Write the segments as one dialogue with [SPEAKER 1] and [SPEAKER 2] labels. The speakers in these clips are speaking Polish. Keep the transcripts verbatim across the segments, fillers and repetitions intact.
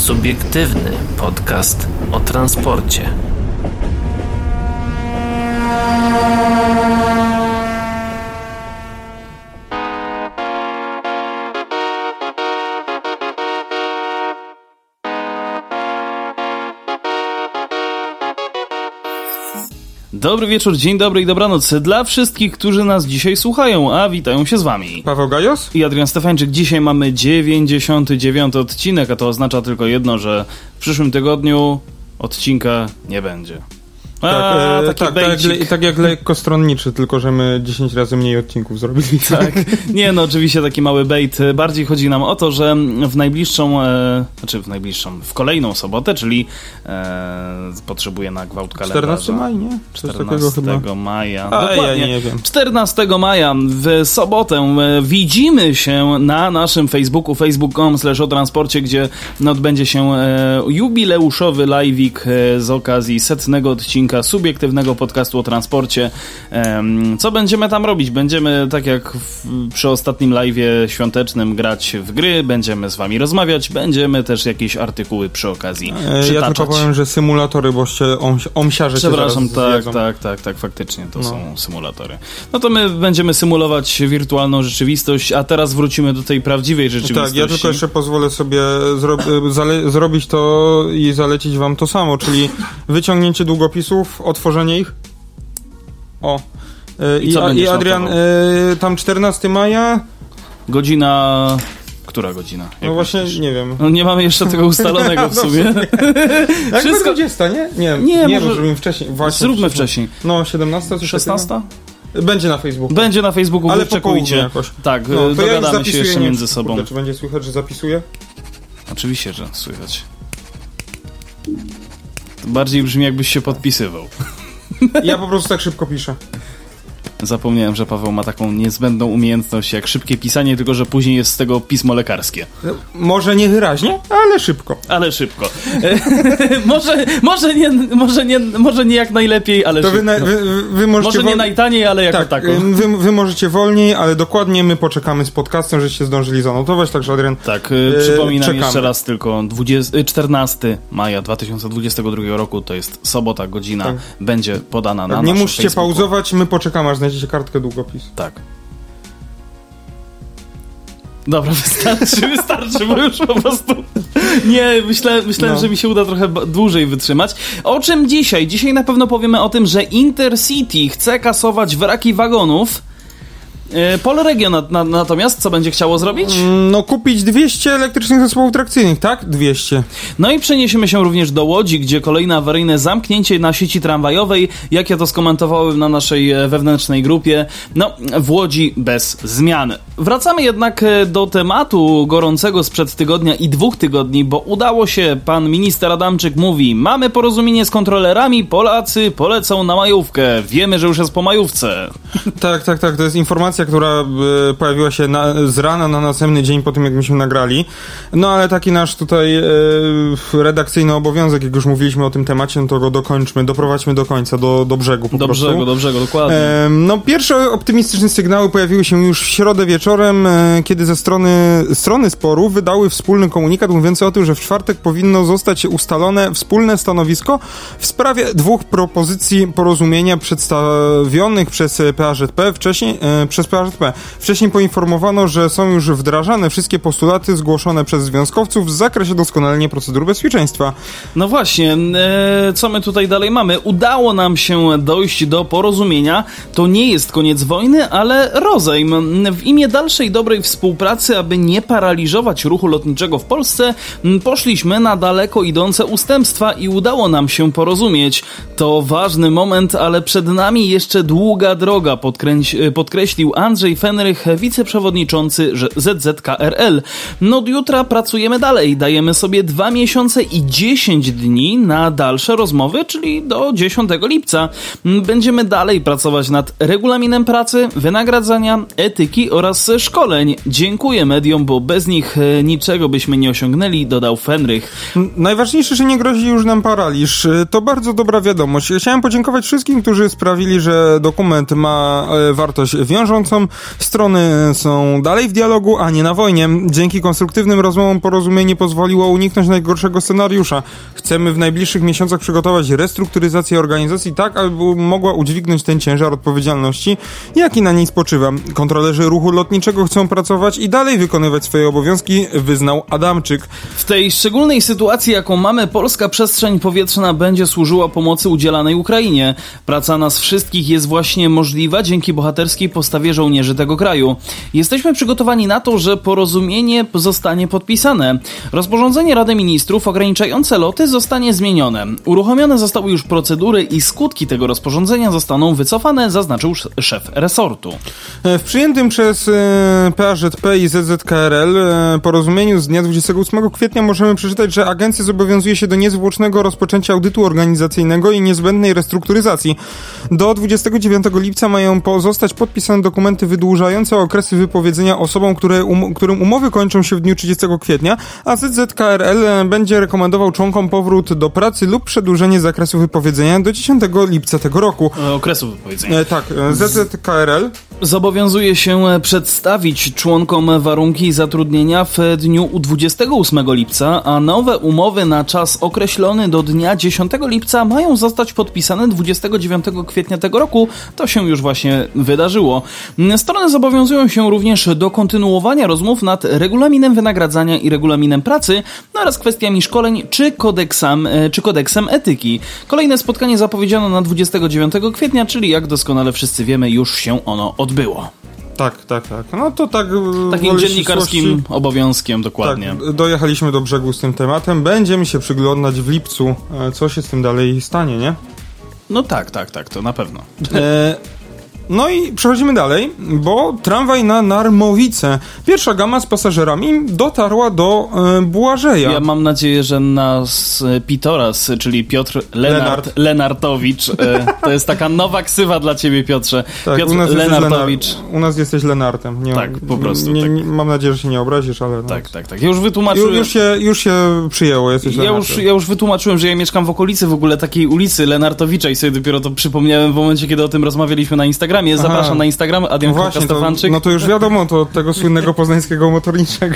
[SPEAKER 1] Subiektywny podcast o transporcie.
[SPEAKER 2] Dobry wieczór, dzień dobry i dobranoc dla wszystkich, którzy nas dzisiaj słuchają, a witają się z wami
[SPEAKER 3] Paweł Gajos
[SPEAKER 2] i Adrian Stefańczyk. Dzisiaj mamy dziewięćdziesiąty dziewiąty odcinek, a to oznacza tylko jedno, że w przyszłym tygodniu odcinka nie będzie. A,
[SPEAKER 3] tak,
[SPEAKER 2] taki
[SPEAKER 3] tak, tak, jak, tak jak lekkostronniczy, tylko że my dziesięć razy mniej odcinków zrobili.
[SPEAKER 2] Tak, nie no, oczywiście taki mały bait. Bardziej chodzi nam o to, że w najbliższą, e, znaczy w najbliższą, w kolejną sobotę, czyli e, potrzebuję na gwałt kalendarza.
[SPEAKER 3] czternastego maja, nie?
[SPEAKER 2] czternastego maja.
[SPEAKER 3] A,
[SPEAKER 2] Dokładnie.
[SPEAKER 3] ja nie wiem.
[SPEAKER 2] czternastego maja w sobotę widzimy się na naszym Facebooku, facebook kropka com slash o transporcie, gdzie odbędzie się e, jubileuszowy live'ik e, z okazji setnego odcinka subiektywnego podcastu o transporcie. Co będziemy tam robić? Będziemy, tak jak w, przy ostatnim live'ie świątecznym, grać w gry, będziemy z wami rozmawiać, będziemy też jakieś artykuły przy okazji przytaczać.
[SPEAKER 3] Ja tylko powiem, że symulatory, bo się omsiarze cię
[SPEAKER 2] Przepraszam, tak,
[SPEAKER 3] zjedzą.
[SPEAKER 2] tak, tak, tak, faktycznie to no. są symulatory. No to my będziemy symulować wirtualną rzeczywistość, a teraz wrócimy do tej prawdziwej rzeczywistości.
[SPEAKER 3] Tak, ja tylko jeszcze pozwolę sobie zro- zale- zrobić to i zalecić wam to samo, czyli wyciągnięcie długopisów, otworzenie ich. O. Yy, I, I, i Adrian, yy, tam czternastego maja.
[SPEAKER 2] Godzina... Która godzina? Jak
[SPEAKER 3] no właśnie,
[SPEAKER 2] myślisz?
[SPEAKER 3] nie wiem.
[SPEAKER 2] No nie mamy jeszcze tego ustalonego w sumie.
[SPEAKER 3] Jak Wszystko... dwudziesta, nie? Nie,
[SPEAKER 2] nie,
[SPEAKER 3] nie
[SPEAKER 2] może...
[SPEAKER 3] zrobimy wcześniej. Właśnie,
[SPEAKER 2] zróbmy wcześniej.
[SPEAKER 3] No, siedemnasta,
[SPEAKER 2] szesnasta?
[SPEAKER 3] Będzie na Facebooku.
[SPEAKER 2] Będzie na Facebooku,
[SPEAKER 3] ale
[SPEAKER 2] wyczekujcie.
[SPEAKER 3] Jakoś.
[SPEAKER 2] Tak,
[SPEAKER 3] no, to
[SPEAKER 2] dogadamy
[SPEAKER 3] ja
[SPEAKER 2] się jeszcze
[SPEAKER 3] nie
[SPEAKER 2] między sobą.
[SPEAKER 3] Kurde, czy będzie słychać, że zapisuję?
[SPEAKER 2] Oczywiście, że słychać. To bardziej brzmi, jakbyś się podpisywał.
[SPEAKER 3] Ja po prostu tak szybko piszę.
[SPEAKER 2] Zapomniałem, że Paweł ma taką niezbędną umiejętność jak szybkie pisanie, tylko że później jest z tego pismo lekarskie.
[SPEAKER 3] Może nie wyraźnie, ale szybko.
[SPEAKER 2] Ale szybko. może, może, nie, może, nie, może nie jak najlepiej, ale
[SPEAKER 3] to
[SPEAKER 2] szybko.
[SPEAKER 3] Wy, wy, wy możecie
[SPEAKER 2] może nie najtaniej, ale jako
[SPEAKER 3] tak,
[SPEAKER 2] tako.
[SPEAKER 3] Wy, wy możecie wolniej, ale dokładnie my poczekamy z podcastem, żeście zdążyli zanotować, także Adrian...
[SPEAKER 2] Tak, yy, przypominam
[SPEAKER 3] czekamy.
[SPEAKER 2] jeszcze raz tylko dwudziestego, czternastego maja dwa tysiące dwudziestego drugiego roku, to jest sobota, godzina, tak. będzie podana na
[SPEAKER 3] tak, nie
[SPEAKER 2] naszym
[SPEAKER 3] musicie
[SPEAKER 2] Facebooku.
[SPEAKER 3] pauzować, my poczekamy, aż znajdziecie kartkę długopis.
[SPEAKER 2] Tak. Dobra, wystarczy, wystarczy, bo już po prostu... Nie, myślę, myślałem, no. że mi się uda trochę dłużej wytrzymać. O czym dzisiaj? Dzisiaj na pewno powiemy o tym, że Intercity chce kasować wraki wagonów. Polregio na, na, natomiast co będzie chciało zrobić?
[SPEAKER 3] No kupić dwieście elektrycznych zespołów trakcyjnych, tak? dwieście.
[SPEAKER 2] No i przeniesiemy się również do Łodzi, gdzie kolejne awaryjne zamknięcie na sieci tramwajowej, jak ja to skomentowałem na naszej wewnętrznej grupie, no w Łodzi bez zmian. Wracamy jednak do tematu gorącego sprzed tygodnia i dwóch tygodni, bo udało się, pan minister Adamczyk mówi, mamy porozumienie z kontrolerami, Polacy polecą na majówkę, wiemy, że już jest po majówce.
[SPEAKER 3] Tak, tak, tak, to jest informacja, która y, pojawiła się na, z rana na następny dzień po tym, jak myśmy nagrali. No ale taki nasz tutaj y, redakcyjny obowiązek, jak już mówiliśmy o tym temacie, no to go dokończmy, doprowadźmy do końca, do, do brzegu po
[SPEAKER 2] do
[SPEAKER 3] prostu.
[SPEAKER 2] brzegu, do brzegu, dokładnie.
[SPEAKER 3] E, no pierwsze optymistyczne sygnały pojawiły się już w środę wieczorem, e, kiedy ze strony, strony sporu wydały wspólny komunikat mówiący o tym, że w czwartek powinno zostać ustalone wspólne stanowisko w sprawie dwóch propozycji porozumienia przedstawionych przez P A Z P wcześniej, e, przez P A Z P. Wcześniej poinformowano, że są już wdrażane wszystkie postulaty zgłoszone przez związkowców w zakresie doskonalenia procedur bezpieczeństwa.
[SPEAKER 2] No właśnie, e, co my tutaj dalej mamy? Udało nam się dojść do porozumienia. To nie jest koniec wojny, ale rozejm. W imię dalszej dobrej współpracy, aby nie paraliżować ruchu lotniczego w Polsce, poszliśmy na daleko idące ustępstwa i udało nam się porozumieć. To ważny moment, ale przed nami jeszcze długa droga, podkręć, podkreślił Andrzej Fenrych, wiceprzewodniczący Z Z K R L. No od jutra pracujemy dalej, dajemy sobie dwa miesiące i dziesięć dni na dalsze rozmowy, czyli do dziesiątego lipca. Będziemy dalej pracować nad regulaminem pracy, wynagradzania, etyki oraz szkoleń. Dziękuję mediom, bo bez nich niczego byśmy nie osiągnęli, dodał Fenrych.
[SPEAKER 3] Najważniejsze, że nie grozi już nam paraliż. To bardzo dobra wiadomość. Chciałem podziękować wszystkim, którzy sprawili, że dokument ma wartość wiążącą bieżącą. Strony są dalej w dialogu, a nie na wojnie. Dzięki konstruktywnym rozmowom porozumienie pozwoliło uniknąć najgorszego scenariusza. Chcemy w najbliższych miesiącach przygotować restrukturyzację organizacji tak, aby mogła udźwignąć ten ciężar odpowiedzialności, jaki na niej spoczywa. Kontrolerzy ruchu lotniczego chcą pracować i dalej wykonywać swoje obowiązki, wyznał Adamczyk.
[SPEAKER 2] W tej szczególnej sytuacji, jaką mamy, polska przestrzeń powietrzna będzie służyła pomocy udzielanej Ukrainie. Praca nas wszystkich jest właśnie możliwa dzięki bohaterskiej postawie żołnierzy tego kraju. Jesteśmy przygotowani na to, że porozumienie zostanie podpisane. Rozporządzenie Rady Ministrów ograniczające loty zostanie zmienione. Uruchomione zostały już procedury i skutki tego rozporządzenia zostaną wycofane, zaznaczył szef resortu.
[SPEAKER 3] W przyjętym przez P A Z P i Z Z K R L porozumieniu z dnia dwudziestego ósmego kwietnia możemy przeczytać, że agencja zobowiązuje się do niezwłocznego rozpoczęcia audytu organizacyjnego i niezbędnej restrukturyzacji. Do dwudziestego dziewiątego lipca mają pozostać podpisane dokumenty wydłużające okresy wypowiedzenia osobom, które um, którym umowy kończą się w dniu trzydziestego kwietnia, a Z Z K R L będzie rekomendował członkom powrót do pracy lub przedłużenie zakresu wypowiedzenia do dziesiątego lipca tego roku.
[SPEAKER 2] Okresu wypowiedzenia.
[SPEAKER 3] E, tak, Z Z K R L
[SPEAKER 2] zobowiązuje się przedstawić członkom warunki zatrudnienia w dniu dwudziestego ósmego lipca, a nowe umowy na czas określony do dnia dziesiątego lipca mają zostać podpisane dwudziestego dziewiątego kwietnia tego roku. To się już właśnie wydarzyło. Strony zobowiązują się również do kontynuowania rozmów nad regulaminem wynagradzania i regulaminem pracy oraz kwestiami szkoleń czy kodeksem, czy kodeksem etyki. Kolejne spotkanie zapowiedziano na dwudziestego dziewiątego kwietnia, czyli jak doskonale wszyscy wiemy, już się ono odbyło.
[SPEAKER 3] Tak, tak, tak. No to tak...
[SPEAKER 2] Takim dziennikarskim obowiązkiem, dokładnie.
[SPEAKER 3] Tak, dojechaliśmy do brzegu z tym tematem. Będziemy się przyglądać w lipcu, co się z tym dalej stanie, nie?
[SPEAKER 2] No tak, tak, tak, to na pewno.
[SPEAKER 3] E, no i przechodzimy dalej, bo tramwaj na Narmowice. Pierwsza gama z pasażerami dotarła do e, Błażeja.
[SPEAKER 2] Ja mam nadzieję, że nasz Pitoras, czyli Piotr Lenart, Lenart. Lenartowicz, e, to jest taka nowa ksywa dla ciebie, Piotrze.
[SPEAKER 3] Tak,
[SPEAKER 2] Piotr
[SPEAKER 3] u nas
[SPEAKER 2] Lenartowicz.
[SPEAKER 3] Lenar- u nas jesteś Lenartem. Nie,
[SPEAKER 2] tak, po prostu.
[SPEAKER 3] Nie,
[SPEAKER 2] tak.
[SPEAKER 3] nie, mam nadzieję, że się nie obrazisz, ale... No.
[SPEAKER 2] Tak, tak, tak. Ja już wytłumaczyłem...
[SPEAKER 3] Ju, już, się, już się przyjęło, jesteś
[SPEAKER 2] ja już, ja już wytłumaczyłem, że ja mieszkam w okolicy w ogóle takiej ulicy Lenartowicza i sobie dopiero to przypomniałem w momencie, kiedy o tym rozmawialiśmy na Instagramie. Zapraszam Aha. na Instagram, Adrian
[SPEAKER 3] no
[SPEAKER 2] Stefanczyk.
[SPEAKER 3] To, no to już wiadomo, to tego słynnego poznańskiego motorniczego.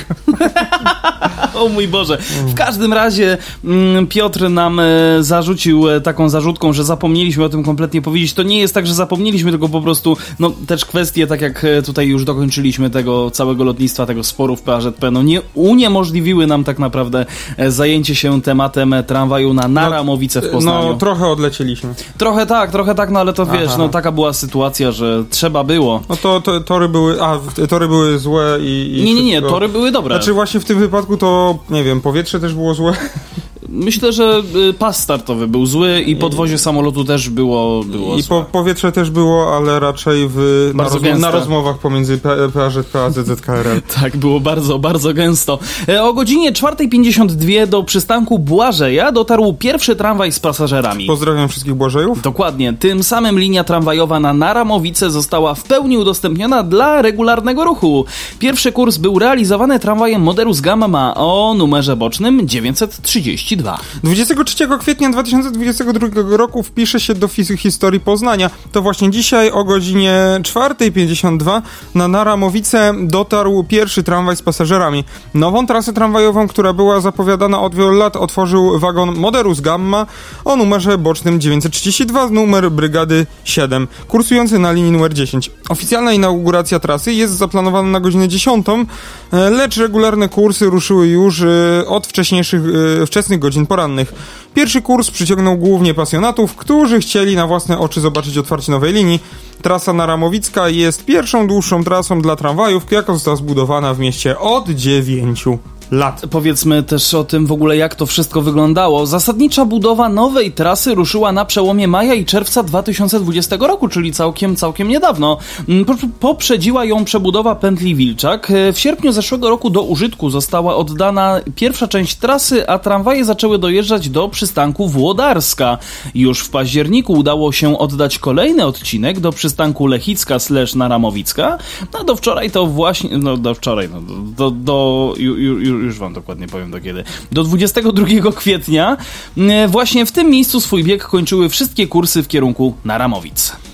[SPEAKER 2] O mój Boże. W każdym razie mm, Piotr nam e, zarzucił e, taką zarzutką, że zapomnieliśmy o tym kompletnie powiedzieć. To nie jest tak, że zapomnieliśmy, tylko po prostu no też kwestie, tak jak e, tutaj już dokończyliśmy tego całego lotnictwa, tego sporu w P A Z P, no nie uniemożliwiły nam tak naprawdę e, zajęcie się tematem e, tramwaju na Naramowice w Poznaniu.
[SPEAKER 3] No trochę odlecieliśmy.
[SPEAKER 2] Trochę tak, trochę tak, no ale to wiesz,
[SPEAKER 3] Aha.
[SPEAKER 2] no taka była sytuacja, że trzeba było.
[SPEAKER 3] No to, to tory były, a tory były złe i... i
[SPEAKER 2] nie, nie, nie,
[SPEAKER 3] wszystko.
[SPEAKER 2] tory były dobre.
[SPEAKER 3] Znaczy właśnie w tym wypadku to, nie wiem, powietrze też było złe.
[SPEAKER 2] Myślę, że pas startowy był zły i podwozie samolotu też było, było
[SPEAKER 3] I
[SPEAKER 2] złe.
[SPEAKER 3] po, powietrze też było, ale raczej w, na, rozmo- na rozmowach pomiędzy P A Z P a Z Z K R L.
[SPEAKER 2] Tak, było bardzo, bardzo gęsto. O godzinie czwarta pięćdziesiąt dwa do przystanku Błażeja dotarł pierwszy tramwaj z pasażerami.
[SPEAKER 3] Pozdrawiam wszystkich Błażejów.
[SPEAKER 2] Dokładnie. Tym samym linia tramwajowa na Naramowice została w pełni udostępniona dla regularnego ruchu. Pierwszy kurs był realizowany tramwajem Moderus Gamma o numerze bocznym dziewięćset trzydzieści dwa.
[SPEAKER 3] dwudziestego trzeciego kwietnia dwa tysiące dwudziestego drugiego roku wpisze się do fis- historii Poznania. To właśnie dzisiaj o godzinie czwarta pięćdziesiąt dwa na Naramowice dotarł pierwszy tramwaj z pasażerami. Nową trasę tramwajową, która była zapowiadana od wielu lat, otworzył wagon Moderus Gamma o numerze bocznym dziewięćset trzydzieści dwa, numer brygady siedem, kursujący na linii numer dziesięć. Oficjalna inauguracja trasy jest zaplanowana na godzinę dziesiątą, lecz regularne kursy ruszyły już od wcześniejszych, wczesnych godzin porannych. Pierwszy kurs przyciągnął głównie pasjonatów, którzy chcieli na własne oczy zobaczyć otwarcie nowej linii. Trasa Naramowicka jest pierwszą dłuższą trasą dla tramwajów, jaka została zbudowana w mieście od dziewięciu lat.
[SPEAKER 2] Powiedzmy też o tym w ogóle, jak to wszystko wyglądało. Zasadnicza budowa nowej trasy ruszyła na przełomie maja i czerwca dwa tysiące dwudziestego roku, czyli całkiem, całkiem niedawno. Poprzedziła ją przebudowa pętli Wilczak. W sierpniu zeszłego roku do użytku została oddana pierwsza część trasy, a tramwaje zaczęły dojeżdżać do przystanku Włodarska. Już w październiku udało się oddać kolejny odcinek do przystanku Lechicka slash Naramowicka. No do wczoraj to właśnie... No do wczoraj, no do... do, do ju, ju, już wam dokładnie powiem do kiedy. Do dwudziestego drugiego kwietnia właśnie w tym miejscu swój bieg kończyły wszystkie kursy w kierunku Naramowic.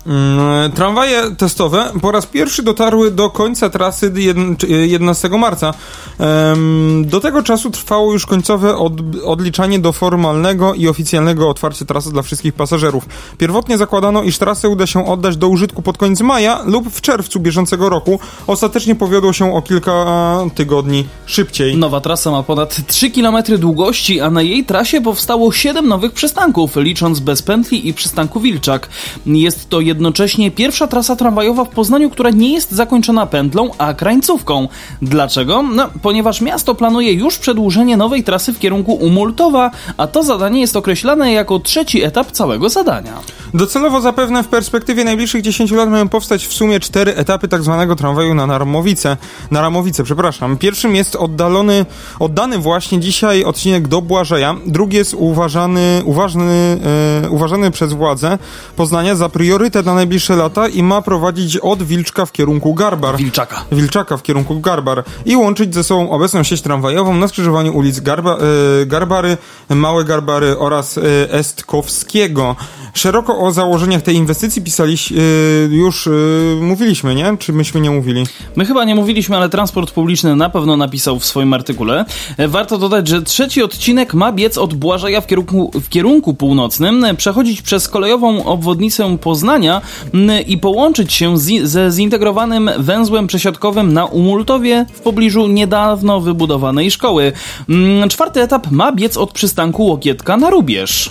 [SPEAKER 3] Tramwaje testowe po raz pierwszy dotarły do końca trasy jedenastego marca. Do tego czasu trwało już końcowe od, odliczanie do formalnego i oficjalnego otwarcia trasy dla wszystkich pasażerów. Pierwotnie zakładano, iż trasę uda się oddać do użytku pod koniec maja lub w czerwcu bieżącego roku. Ostatecznie powiodło się o kilka tygodni szybciej.
[SPEAKER 2] Nowa trasa ma ponad trzy kilometry długości, a na jej trasie powstało siedem nowych przystanków, licząc bez pętli i przystanku Wilczak. Jest to jednocześnie pierwsza trasa tramwajowa w Poznaniu, która nie jest zakończona pętlą, a krańcówką. Dlaczego? No, ponieważ miasto planuje już przedłużenie nowej trasy w kierunku Umultowa, a to zadanie jest określane jako trzeci etap całego zadania.
[SPEAKER 3] Docelowo zapewne w perspektywie najbliższych dziesięciu lat mają powstać w sumie cztery etapy tak zwanego tramwaju na Naramowice. Naramowice, przepraszam. Pierwszym jest oddalony, oddany właśnie dzisiaj odcinek do Błażeja. Drugi jest uważany, uważny, e, uważany przez władze Poznania za priorytet na najbliższe lata i ma prowadzić od Wilczka w kierunku Garbar.
[SPEAKER 2] Wilczaka.
[SPEAKER 3] Wilczaka w kierunku Garbar i łączyć ze sobą obecną sieć tramwajową na skrzyżowaniu ulic Garba, e, Garbary, Małe Garbary oraz e, Estkowskiego. Szeroko o założeniach tej inwestycji pisaliśmy, e, już e, mówiliśmy, nie? Czy myśmy nie mówili?
[SPEAKER 2] My chyba nie mówiliśmy, ale transport publiczny na pewno napisał w swoim artykule. E, warto dodać, że trzeci odcinek ma biec od Błażeja w kierunku, w kierunku północnym, przechodzić przez kolejową obwodnicę Poznania i połączyć się z, ze zintegrowanym węzłem przesiadkowym na Umultowie w pobliżu niedawno wybudowanej szkoły. Czwarty etap ma biec od przystanku Łokietka na Rubież.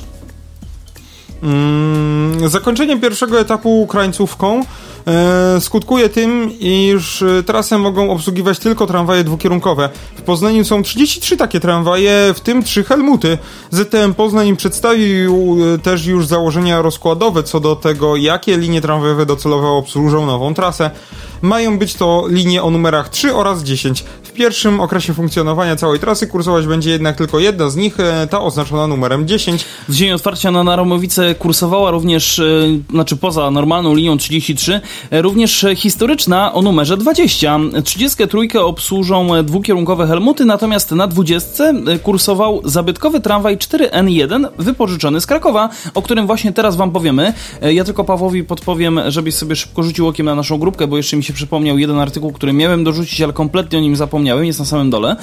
[SPEAKER 3] Mm, zakończenie pierwszego etapu krańcówką e, skutkuje tym, iż trasę mogą obsługiwać tylko tramwaje dwukierunkowe. W Poznaniu są trzydzieści trzy takie tramwaje, w tym trzy Helmuty. Z T M Poznań przedstawił też już założenia rozkładowe co do tego, jakie linie tramwajowe docelowo obsłużą nową trasę. Mają być to linie o numerach trzy oraz dziesięć. W pierwszym okresie funkcjonowania całej trasy kursować będzie jednak tylko jedna z nich, ta oznaczona numerem dziesięć.
[SPEAKER 2] W dzień otwarcia na Naramowice kursowała również, znaczy poza normalną linią trzydzieści trzy, również historyczna o numerze dwadzieścia. trzydziestkę trójkę obsłużą dwukierunkowe Helmuty, natomiast na dwudziestce kursował zabytkowy tramwaj cztery N jeden wypożyczony z Krakowa, o którym właśnie teraz wam powiemy. Ja tylko Pawłowi podpowiem, żebyś sobie szybko rzucił okiem na naszą grupkę, bo jeszcze mi się przypomniał jeden artykuł, który miałem dorzucić, ale kompletnie o nim zapomniałem, jest na samym dole.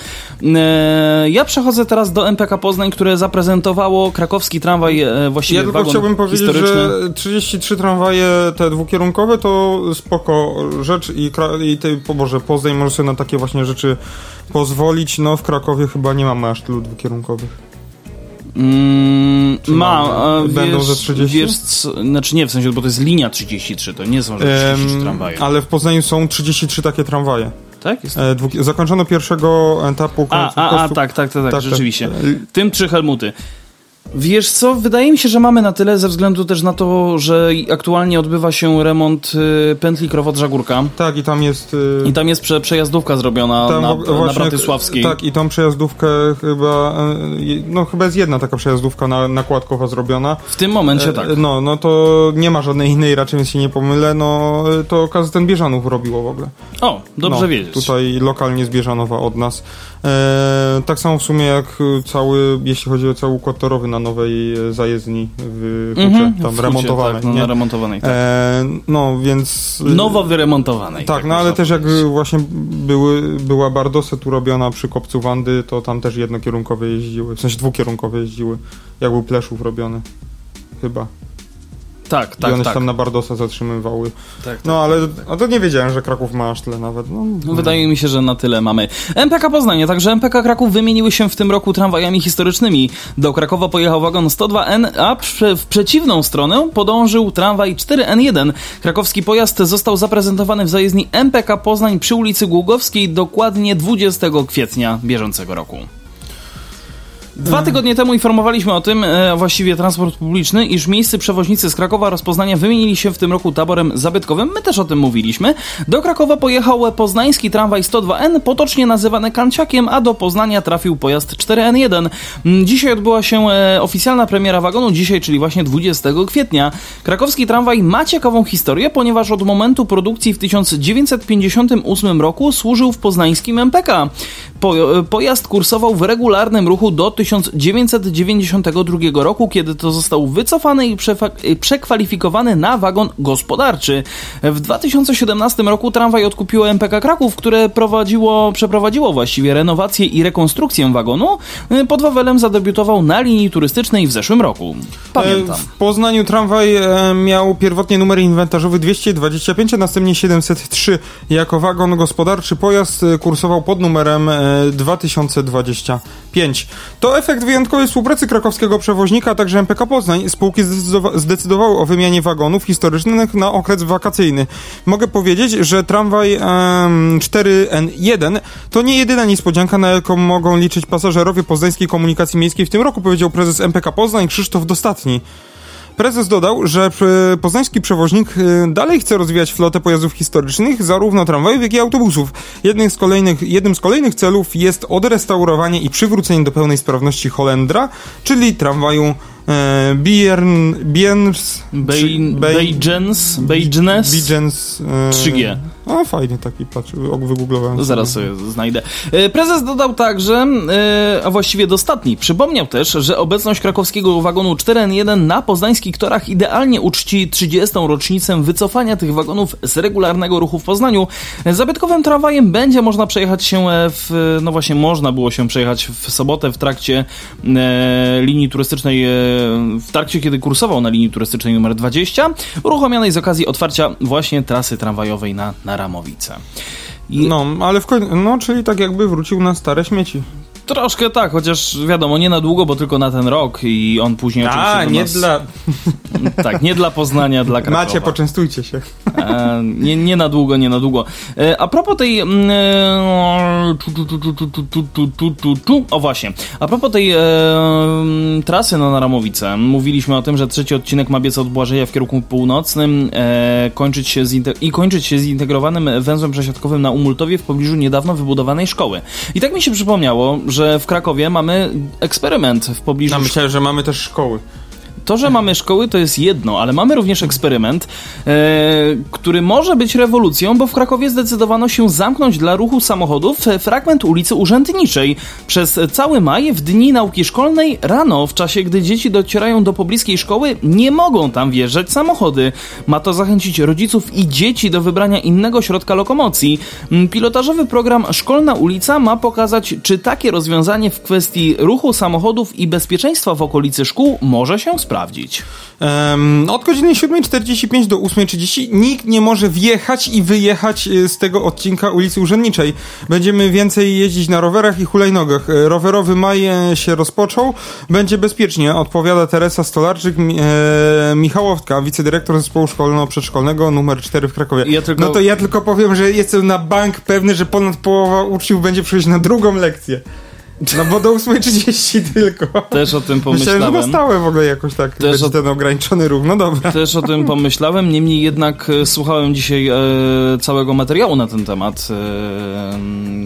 [SPEAKER 2] Ja przechodzę teraz do M P K Poznań, które zaprezentowało krakowski tramwaj, właściwie
[SPEAKER 3] ja tylko
[SPEAKER 2] wagon
[SPEAKER 3] chciałbym powiedzieć,
[SPEAKER 2] historyczny.
[SPEAKER 3] że trzydzieści trzy tramwaje te dwukierunkowe to spoko rzecz i, i tej, Boże, Poznań może sobie na takie właśnie rzeczy pozwolić. No w Krakowie chyba nie mamy aż tylu dwukierunkowych.
[SPEAKER 2] Mm, ma, a
[SPEAKER 3] będą
[SPEAKER 2] wiesz,
[SPEAKER 3] ze trzydzieści?
[SPEAKER 2] Wiesz, znaczy nie, w sensie, bo to jest linia trzydzieści trzy, to nie są trzydzieści trzy tramwaje.
[SPEAKER 3] Ale w Poznaniu są trzydzieści trzy takie tramwaje.
[SPEAKER 2] Tak? Jest...
[SPEAKER 3] E, dwu, zakończono pierwszego etapu.
[SPEAKER 2] A, a, a, tak, tak, tak, tak,
[SPEAKER 3] tak
[SPEAKER 2] rzeczywiście.
[SPEAKER 3] Tak.
[SPEAKER 2] Tym trzy Helmuty. Wiesz co, wydaje mi się, że mamy na tyle, ze względu też na to, że aktualnie odbywa się remont y, pętli Krowot-Żagórka.
[SPEAKER 3] Tak, i tam jest... Y...
[SPEAKER 2] I tam jest prze, przejazdówka zrobiona
[SPEAKER 3] tam
[SPEAKER 2] na,
[SPEAKER 3] właśnie,
[SPEAKER 2] na Bratysławskiej.
[SPEAKER 3] Tak, i tą przejazdówkę chyba... Y, no chyba jest jedna taka przejazdówka na, nakładkowa zrobiona.
[SPEAKER 2] W tym momencie e, tak.
[SPEAKER 3] No, no to nie ma żadnej innej, raczej więc się nie pomylę, no to K Z N Bieżanów robiło w ogóle.
[SPEAKER 2] O, dobrze no, wiedzieć.
[SPEAKER 3] Tutaj lokalnie z Bieżanowa od nas. E, tak samo w sumie jak cały, jeśli chodzi o cały układ torowy na nowej zajezdni w Hucie, mm-hmm, tam w Hucie, remontowanej.
[SPEAKER 2] Tak, no, na remontowanej, tak.
[SPEAKER 3] E, no, więc...
[SPEAKER 2] Nowo wyremontowanej.
[SPEAKER 3] Tak, tak no ale też jak właśnie były, była Bardosę tu robiona przy Kopcu Wandy, to tam też jednokierunkowe jeździły, w sensie dwukierunkowe jeździły, jak był Pleszów robiony. Chyba.
[SPEAKER 2] Tak, tak,
[SPEAKER 3] I one
[SPEAKER 2] tak.
[SPEAKER 3] się tam na Bardosa zatrzymywały.
[SPEAKER 2] Tak, tak,
[SPEAKER 3] no ale
[SPEAKER 2] tak, tak.
[SPEAKER 3] A to nie wiedziałem, że Kraków ma aż tyle nawet. No,
[SPEAKER 2] no, wydaje mi się, że na tyle mamy. M P K Poznań, także M P K Kraków wymieniły się w tym roku tramwajami historycznymi. Do Krakowa pojechał wagon sto dwa N, a prze, w przeciwną stronę podążył tramwaj cztery N jeden. Krakowski pojazd został zaprezentowany w zajezdni M P K Poznań przy ulicy Głogowskiej dokładnie dwudziestego kwietnia bieżącego roku. Dwa tygodnie temu informowaliśmy o tym, a właściwie transport publiczny, iż miejscy przewoźnicy z Krakowa rozpoznania wymienili się w tym roku taborem zabytkowym. My też o tym mówiliśmy. Do Krakowa pojechał poznański tramwaj sto dwa N, potocznie nazywany Kanciakiem, a do Poznania trafił pojazd cztery N jeden. Dzisiaj odbyła się oficjalna premiera wagonu, dzisiaj, czyli właśnie dwudziestego kwietnia. Krakowski tramwaj ma ciekawą historię, ponieważ od momentu produkcji w tysiąc dziewięćset pięćdziesiątym ósmym roku służył w poznańskim M P K. Po, pojazd kursował w regularnym ruchu do tysiąc dziewięćset dziewięćdziesiątego drugiego roku, kiedy to został wycofany i przefa- przekwalifikowany na wagon gospodarczy. W dwa tysiące siedemnastym roku tramwaj odkupiło M P K Kraków, które prowadziło, przeprowadziło właściwie renowację i rekonstrukcję wagonu. Pod Wawelem zadebiutował na linii turystycznej w zeszłym roku. Pamiętam.
[SPEAKER 3] W Poznaniu tramwaj miał pierwotnie numer inwentarzowy dwieście dwadzieścia pięć, a następnie siedemset trzy. Jako wagon gospodarczy pojazd kursował pod numerem dwa tysiące dwadzieścia pięć. To efekt wyjątkowej współpracy krakowskiego przewoźnika, a także M P K Poznań. Spółki zdecydowa- zdecydowały o wymianie wagonów historycznych na okres wakacyjny. Mogę powiedzieć, że tramwaj um, cztery N jeden to nie jedyna niespodzianka, na jaką mogą liczyć pasażerowie poznańskiej komunikacji miejskiej w tym roku, powiedział prezes M P K Poznań Krzysztof Dostatni. Prezes dodał, że poznański przewoźnik dalej chce rozwijać flotę pojazdów historycznych, zarówno tramwajów, jak i autobusów. Jednym z kolejnych, jednym z kolejnych celów jest odrestaurowanie i przywrócenie do pełnej sprawności Holendra, czyli tramwaju e, Biern, Bierns,
[SPEAKER 2] Bejgens, Bejgens, trzy G.
[SPEAKER 3] O, fajnie taki, patrz, wygooglowałem.
[SPEAKER 2] To zaraz sobie znajdę. Prezes dodał także, a właściwie dostatni, przypomniał też, że obecność krakowskiego wagonu cztery N jeden na poznańskich torach idealnie uczci trzydziestą rocznicę wycofania tych wagonów z regularnego ruchu w Poznaniu. Zabytkowym tramwajem będzie można przejechać się w, no właśnie można było się przejechać w sobotę w trakcie e, linii turystycznej, e, w trakcie kiedy kursował na linii turystycznej numer dwadzieścia, uruchomionej z okazji otwarcia właśnie trasy tramwajowej na, na Ramowice. I...
[SPEAKER 3] No, ale w końcu, no, czyli tak jakby wrócił na stare śmieci.
[SPEAKER 2] Troszkę tak, chociaż wiadomo, nie na długo, bo tylko na ten rok i on później oczywiście
[SPEAKER 3] A, nie
[SPEAKER 2] nas...
[SPEAKER 3] dla...
[SPEAKER 2] Tak, nie dla Poznania, dla Krakowa.
[SPEAKER 3] Macie, poczęstujcie się.
[SPEAKER 2] E, nie, nie na długo, nie na długo. E, a propos tej... E, tu, tu, tu, tu, tu, tu, tu, tu, tu, o właśnie. A propos tej e, trasy na Ramowice. Mówiliśmy o tym, że trzeci odcinek ma biec od Błażeja w kierunku północnym e, kończyć się zinte- i kończyć się zintegrowanym węzłem przesiadkowym na Umultowie w pobliżu niedawno wybudowanej szkoły. I tak mi się przypomniało, że w Krakowie mamy eksperyment w pobliżu...
[SPEAKER 3] Ja myślałem, że mamy też szkoły.
[SPEAKER 2] To, że mamy szkoły, to jest jedno, ale mamy również eksperyment, e, który może być rewolucją, bo w Krakowie zdecydowano się zamknąć dla ruchu samochodów fragment ulicy Urzędniczej. Przez cały maj, w dni nauki szkolnej, rano, w czasie gdy dzieci docierają do pobliskiej szkoły, nie mogą tam wjeżdżać samochody. Ma to zachęcić rodziców i dzieci do wybrania innego środka lokomocji. Pilotażowy program Szkolna Ulica ma pokazać, czy takie rozwiązanie w kwestii ruchu samochodów i bezpieczeństwa w okolicy szkół może się sprawdzić. Sprawdzić.
[SPEAKER 3] Um, od godziny siódmej czterdzieści pięć do ósmej trzydzieści nikt nie może wjechać i wyjechać z tego odcinka ulicy Urzędniczej. Będziemy więcej jeździć na rowerach i hulajnogach. Rowerowy maj się rozpoczął. Będzie bezpiecznie, odpowiada Teresa Stolarczyk, e, Michałowska, wicedyrektor zespołu szkolno-przedszkolnego numer cztery w Krakowie.
[SPEAKER 2] Ja tylko...
[SPEAKER 3] No to ja tylko powiem, że jestem na bank pewny, że ponad połowa uczniów będzie przyjść na drugą lekcję. No bo do ósmej trzydzieści tylko.
[SPEAKER 2] Też o tym pomyślałem.
[SPEAKER 3] Myślałem, że na stałe w ogóle jakoś tak
[SPEAKER 2] też
[SPEAKER 3] będzie
[SPEAKER 2] o...
[SPEAKER 3] ten ograniczony ruch. No dobra.
[SPEAKER 2] Też o tym pomyślałem, niemniej jednak e, słuchałem dzisiaj e, całego materiału na ten temat e,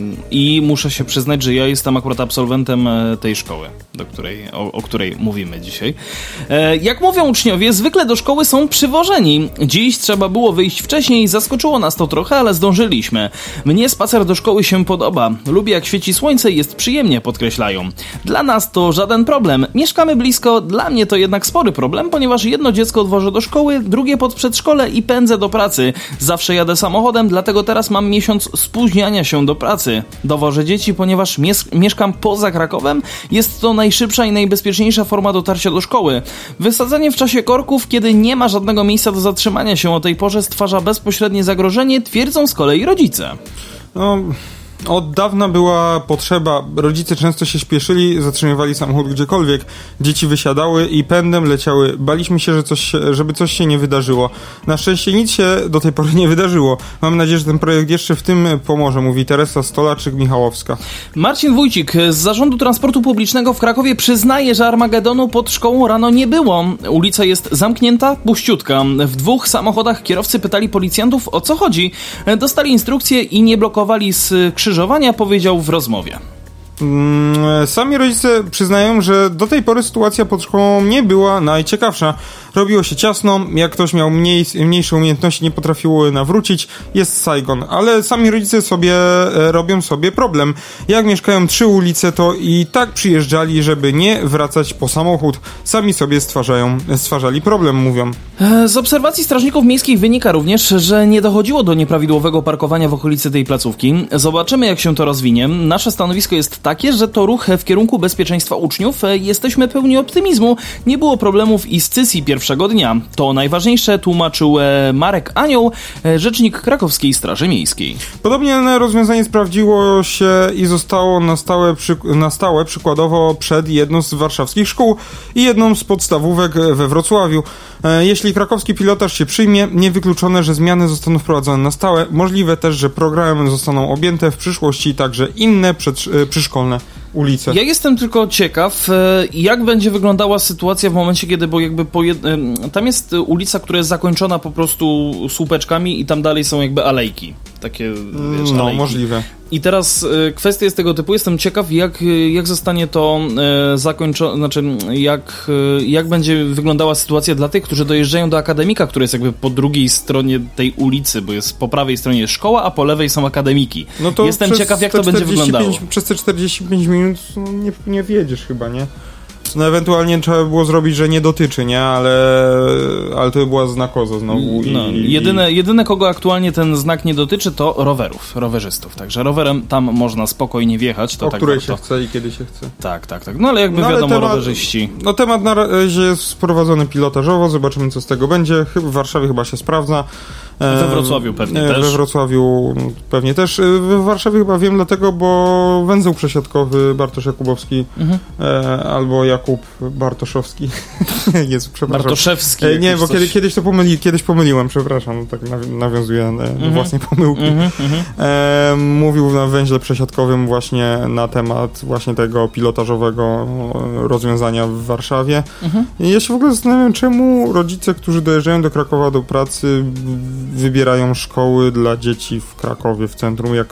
[SPEAKER 2] i muszę się przyznać, że ja jestem akurat absolwentem e, tej szkoły, do której, o, o której mówimy dzisiaj. E, jak mówią uczniowie, zwykle do szkoły są przywożeni. Dziś trzeba było wyjść wcześniej, zaskoczyło nas to trochę, ale zdążyliśmy. Mnie spacer do szkoły się podoba. Lubię jak świeci słońce i jest przyjemnie, podkreślają. Dla nas to żaden problem. Mieszkamy blisko, dla mnie to jednak spory problem, ponieważ jedno dziecko odwożę do szkoły, drugie pod przedszkole i pędzę do pracy. Zawsze jadę samochodem, dlatego teraz mam miesiąc spóźniania się do pracy. Dowożę dzieci, ponieważ mies- mieszkam poza Krakowem. Jest to najszybsza i najbezpieczniejsza forma dotarcia do szkoły. Wysadzanie w czasie korków, kiedy nie ma żadnego miejsca do zatrzymania się o tej porze, stwarza bezpośrednie zagrożenie, twierdzą z kolei rodzice.
[SPEAKER 3] No... Od dawna była potrzeba, rodzice często się śpieszyli, zatrzymywali samochód gdziekolwiek, dzieci wysiadały i pędem leciały. Baliśmy się, że coś, żeby coś się nie wydarzyło. Na szczęście nic się do tej pory nie wydarzyło. Mam nadzieję, że ten projekt jeszcze w tym pomoże, mówi Teresa Stolarczyk-Michałowska.
[SPEAKER 2] Marcin Wójcik z Zarządu Transportu Publicznego w Krakowie przyznaje, że Armagedonu pod szkołą rano nie było. Ulica jest zamknięta, puściutka. W dwóch samochodach kierowcy pytali policjantów, o co chodzi. Dostali instrukcje i nie blokowali z krzyżowania, powiedział w rozmowie.
[SPEAKER 3] Sami rodzice przyznają, że do tej pory sytuacja pod szkołą nie była najciekawsza. Robiło się ciasno, jak ktoś miał mniej, mniejsze umiejętności, nie potrafił nawrócić, jest Saigon. Ale sami rodzice sobie robią sobie problem. Jak mieszkają trzy ulice, to i tak przyjeżdżali, żeby nie wracać po samochód. Sami sobie stwarzają, stwarzali problem, mówią.
[SPEAKER 2] Z obserwacji strażników miejskich wynika również, że nie dochodziło do nieprawidłowego parkowania w okolicy tej placówki. Zobaczymy, jak się to rozwinie. Nasze stanowisko jest takie, że to ruch w kierunku bezpieczeństwa uczniów. Jesteśmy pełni optymizmu. Nie było problemów i z Cysji pierwszego dnia. To najważniejsze, tłumaczył Marek Anioł, rzecznik Krakowskiej Straży Miejskiej.
[SPEAKER 3] Podobnie rozwiązanie sprawdziło się i zostało na stałe, przy, na stałe przykładowo przed jedną z warszawskich szkół i jedną z podstawówek we Wrocławiu. Jeśli krakowski pilotaż się przyjmie, niewykluczone, że zmiany zostaną wprowadzone na stałe. Możliwe też, że programem zostaną objęte w przyszłości także inne przed, przyszkolne ulice.
[SPEAKER 2] Ja jestem tylko ciekaw, jak będzie wyglądała sytuacja w momencie, kiedy, bo jakby po jed... tam jest ulica, która jest zakończona po prostu słupeczkami i tam dalej są jakby alejki. Takie, wiesz,
[SPEAKER 3] no,
[SPEAKER 2] alejki.
[SPEAKER 3] możliwe.
[SPEAKER 2] I teraz y, kwestia jest tego typu, jestem ciekaw, jak, jak zostanie to y, zakończone, znaczy jak, y, jak będzie wyglądała sytuacja dla tych, którzy dojeżdżają do akademika, który jest jakby po drugiej stronie tej ulicy, bo jest po prawej stronie jest szkoła, a po lewej są akademiki. No to jestem ciekaw, jak to będzie wyglądało.
[SPEAKER 3] Przez te czterdzieści pięć minut no, nie, nie wjedziesz chyba, nie? No ewentualnie trzeba by było zrobić, że nie dotyczy, nie? Ale, ale to by była znakoza znowu. I,
[SPEAKER 2] no,
[SPEAKER 3] i,
[SPEAKER 2] jedyne, jedyne, kogo aktualnie ten znak nie dotyczy, to rowerów, rowerzystów. Także rowerem tam można spokojnie wjechać. To
[SPEAKER 3] o
[SPEAKER 2] tak
[SPEAKER 3] której
[SPEAKER 2] warto.
[SPEAKER 3] się chce i kiedy się chce.
[SPEAKER 2] Tak, tak, tak. No ale jakby no, wiadomo, ale temat, rowerzyści...
[SPEAKER 3] No temat na razie jest sprowadzony pilotażowo, zobaczymy, co z tego będzie. Chyba w Warszawie chyba się sprawdza.
[SPEAKER 2] We Wrocławiu pewnie
[SPEAKER 3] e,
[SPEAKER 2] też.
[SPEAKER 3] We Wrocławiu pewnie też. W Warszawie chyba wiem dlatego, bo węzeł przesiadkowy Bartosz Jakubowski mhm. e, albo Jakub Bartoszowski. Jezu, przepraszam.
[SPEAKER 2] Bartoszewski.
[SPEAKER 3] E, nie, bo coś... kiedy, kiedyś to pomyli, kiedyś pomyliłem, przepraszam. Tak nawiązuję do mhm. własnej pomyłki. Mhm, e, mówił na węźle przesiadkowym właśnie na temat właśnie tego pilotażowego rozwiązania w Warszawie. Mhm. I ja się w ogóle zastanawiam, czemu rodzice, którzy dojeżdżają do Krakowa do pracy, wybierają szkoły dla dzieci w Krakowie, w centrum, jak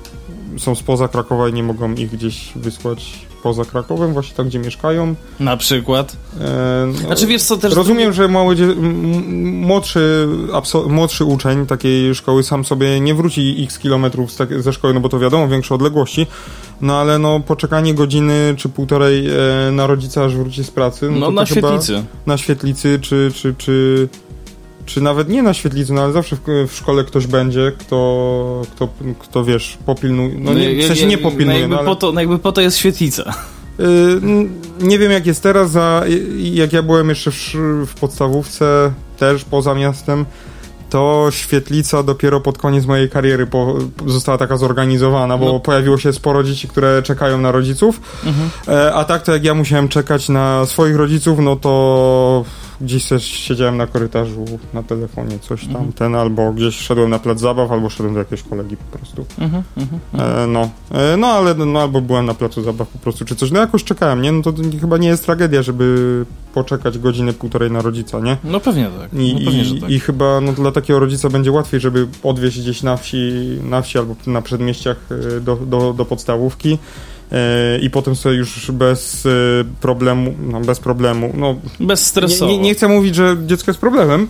[SPEAKER 3] są spoza Krakowa i nie mogą ich gdzieś wysłać poza Krakowem, właśnie tam, gdzie mieszkają.
[SPEAKER 2] Na przykład?
[SPEAKER 3] E, no,
[SPEAKER 2] znaczy, wiesz co, też...
[SPEAKER 3] Rozumiem, że mały dzie- m- młodszy, absol- młodszy uczeń takiej szkoły sam sobie nie wróci x kilometrów z tak- ze szkoły, no bo to wiadomo, większe odległości, no ale no poczekanie godziny czy półtorej e, na rodzica, aż wróci z pracy. No,
[SPEAKER 2] no
[SPEAKER 3] to
[SPEAKER 2] na
[SPEAKER 3] to
[SPEAKER 2] świetlicy.
[SPEAKER 3] Na świetlicy, czy... czy, czy czy nawet nie na świetlicy, no ale zawsze w, w szkole ktoś będzie, kto, kto, kto wiesz, popilnuje, no nie, w sensie nie popilnuje.
[SPEAKER 2] No jakby,
[SPEAKER 3] no, ale...
[SPEAKER 2] po to, no jakby po to jest świetlica.
[SPEAKER 3] Yy, nie wiem jak jest teraz, a jak ja byłem jeszcze w, w podstawówce, też poza miastem, to świetlica dopiero pod koniec mojej kariery po, została taka zorganizowana, bo no. pojawiło się sporo dzieci, które czekają na rodziców, mhm. e, a tak to jak ja musiałem czekać na swoich rodziców, no to gdzieś też siedziałem na korytarzu na telefonie, coś tam, mhm. ten, albo gdzieś szedłem na plac zabaw, albo szedłem do jakiegoś kolegi po prostu. Mhm, mhm. E, no, e, no ale no, albo byłem na placu zabaw po prostu, czy coś, no jakoś czekałem, nie? No to chyba nie jest tragedia, żeby poczekać godzinę, półtorej na rodzica, nie?
[SPEAKER 2] No pewnie tak.
[SPEAKER 3] I,
[SPEAKER 2] no, pewnie, że
[SPEAKER 3] i,
[SPEAKER 2] tak.
[SPEAKER 3] I chyba no, dla takiego rodzica będzie łatwiej, żeby odwieźć gdzieś na wsi, na wsi albo na przedmieściach do, do, do podstawówki yy, i potem sobie już bez yy, problemu, no bez problemu, no...
[SPEAKER 2] Bez stresu.
[SPEAKER 3] Nie, nie, nie chcę mówić, że dziecko jest problemem,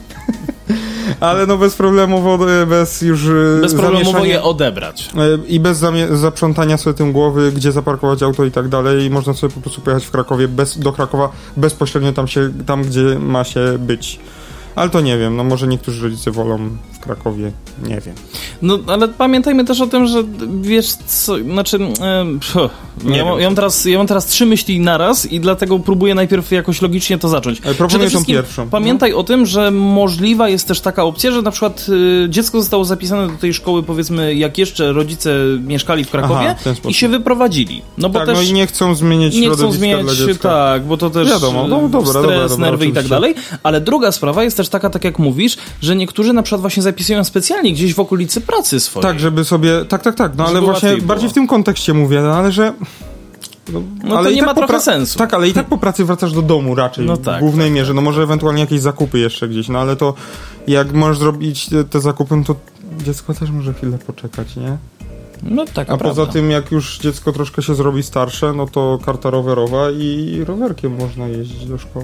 [SPEAKER 3] ale no bez problemowo, bez już
[SPEAKER 2] bez problemowo je odebrać.
[SPEAKER 3] I bez zamie- zaprzątania sobie tym głowy, gdzie zaparkować auto i tak dalej. I można sobie po prostu pojechać w Krakowie bez, do Krakowa bezpośrednio tam, się, tam, gdzie ma się być. Ale to nie wiem, no może niektórzy rodzice wolą w Krakowie, nie wiem.
[SPEAKER 2] No, ale pamiętajmy też o tym, że wiesz co, znaczy e, pff, ja, mam, ja, mam teraz, ja mam teraz trzy myśli naraz i dlatego próbuję najpierw jakoś logicznie to zacząć.
[SPEAKER 3] Ale proponuję tą pierwszą.
[SPEAKER 2] Pamiętaj no. o tym, że możliwa jest też taka opcja, że na przykład y, dziecko zostało zapisane do tej szkoły, powiedzmy, jak jeszcze rodzice mieszkali w Krakowie. Aha, i się wyprowadzili. No bo
[SPEAKER 3] tak,
[SPEAKER 2] też
[SPEAKER 3] no i nie chcą zmieniać
[SPEAKER 2] nie chcą zmieniać dla dziecka. Tak, bo to też
[SPEAKER 3] wiadomo, no, dobra,
[SPEAKER 2] stres,
[SPEAKER 3] dobra, dobra,
[SPEAKER 2] nerwy
[SPEAKER 3] oczywiście.
[SPEAKER 2] i tak dalej. Ale druga sprawa jest też taka, tak jak mówisz, że niektórzy na przykład właśnie zapisują specjalnie gdzieś w okolicy pracy swojej.
[SPEAKER 3] Tak, żeby sobie, tak, tak, tak, no ale właśnie bardziej w tym kontekście mówię, no ale że
[SPEAKER 2] no, no ale to nie tak ma trochę pra- sensu.
[SPEAKER 3] Tak, ale i tak po pracy wracasz do domu raczej, no tak, w głównej tak, mierze, tak. No może ewentualnie jakieś zakupy jeszcze gdzieś, no ale to jak możesz zrobić te, te zakupy, no to dziecko też może chwilę poczekać, nie?
[SPEAKER 2] No tak,
[SPEAKER 3] A
[SPEAKER 2] prawda.
[SPEAKER 3] poza tym, jak już dziecko troszkę się zrobi starsze, no to karta rowerowa i rowerkiem można jeździć do szkoły.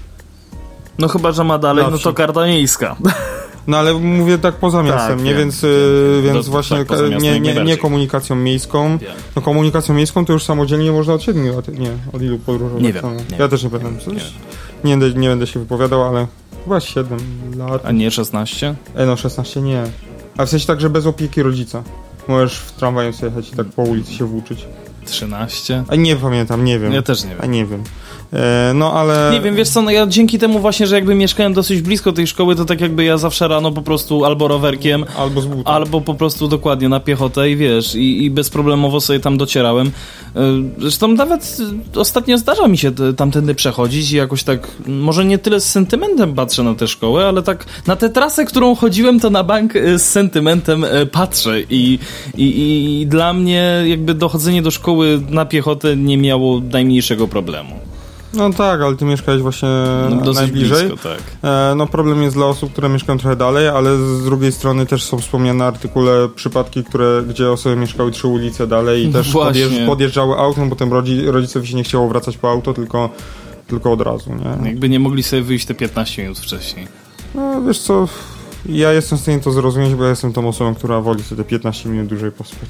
[SPEAKER 2] No chyba, że ma dalej,
[SPEAKER 3] Na
[SPEAKER 2] no
[SPEAKER 3] wsi.
[SPEAKER 2] to karta miejska.
[SPEAKER 3] No ale mówię tak poza miastem,
[SPEAKER 2] Tak,
[SPEAKER 3] nie?
[SPEAKER 2] wiem,
[SPEAKER 3] Więc,
[SPEAKER 2] wiem,
[SPEAKER 3] y,
[SPEAKER 2] wiem.
[SPEAKER 3] więc
[SPEAKER 2] Do-
[SPEAKER 3] właśnie
[SPEAKER 2] tak, poza
[SPEAKER 3] ka-
[SPEAKER 2] miastem
[SPEAKER 3] nie,
[SPEAKER 2] jak
[SPEAKER 3] nie, nie
[SPEAKER 2] najbardziej.
[SPEAKER 3] komunikacją miejską.
[SPEAKER 2] Wiem.
[SPEAKER 3] No komunikacją miejską to już samodzielnie można od siedmiu lat. Nie, od ilu podróżować?
[SPEAKER 2] Nie wiem,
[SPEAKER 3] Samo.
[SPEAKER 2] nie
[SPEAKER 3] ja
[SPEAKER 2] wiem.
[SPEAKER 3] też nie będę.
[SPEAKER 2] Nie
[SPEAKER 3] Nie, będę, nie będę się wypowiadał, ale chyba siedem lat.
[SPEAKER 2] A nie szesnaście?
[SPEAKER 3] E, no szesnaście nie. A w sensie tak, że bez opieki rodzica. Możesz w tramwaju sobie jechać i tak po ulicy się włóczyć.
[SPEAKER 2] trzynaście?
[SPEAKER 3] A nie pamiętam, nie wiem.
[SPEAKER 2] Ja też nie
[SPEAKER 3] A
[SPEAKER 2] wiem.
[SPEAKER 3] nie wiem. E, no ale...
[SPEAKER 2] Nie wiem, wiesz co, no ja dzięki temu właśnie, że jakby mieszkałem dosyć blisko tej szkoły, to tak jakby ja zawsze rano po prostu albo rowerkiem,
[SPEAKER 3] Albo z buta.
[SPEAKER 2] albo po prostu dokładnie na piechotę i wiesz, i, i bezproblemowo sobie tam docierałem. Y, Zresztą nawet y, ostatnio zdarza mi się t- tamtędy przechodzić i jakoś tak, może nie tyle z sentymentem patrzę na tę szkołę, ale tak na tę trasę, którą chodziłem, to na bank y, z sentymentem y, patrzę i, i, i, i dla mnie jakby dochodzenie do szkoły na piechotę nie miało najmniejszego problemu.
[SPEAKER 3] No tak, ale ty mieszkałeś właśnie
[SPEAKER 2] No, dosyć
[SPEAKER 3] najbliżej.
[SPEAKER 2] blisko, tak.
[SPEAKER 3] E, no problem jest dla osób, które mieszkają trochę dalej, ale z drugiej strony też są wspomniane na artykule przypadki, które, gdzie osoby mieszkały trzy ulice dalej i też
[SPEAKER 2] Właśnie.
[SPEAKER 3] podjeżdż, podjeżdżały autem, potem rodzi, rodzicowi się nie chciało wracać po auto, tylko, tylko od razu, nie?
[SPEAKER 2] Jakby nie mogli sobie wyjść te piętnaście minut wcześniej.
[SPEAKER 3] No wiesz co, ja jestem w stanie to zrozumieć, bo ja jestem tą osobą, która woli sobie te piętnaście minut dłużej pospać.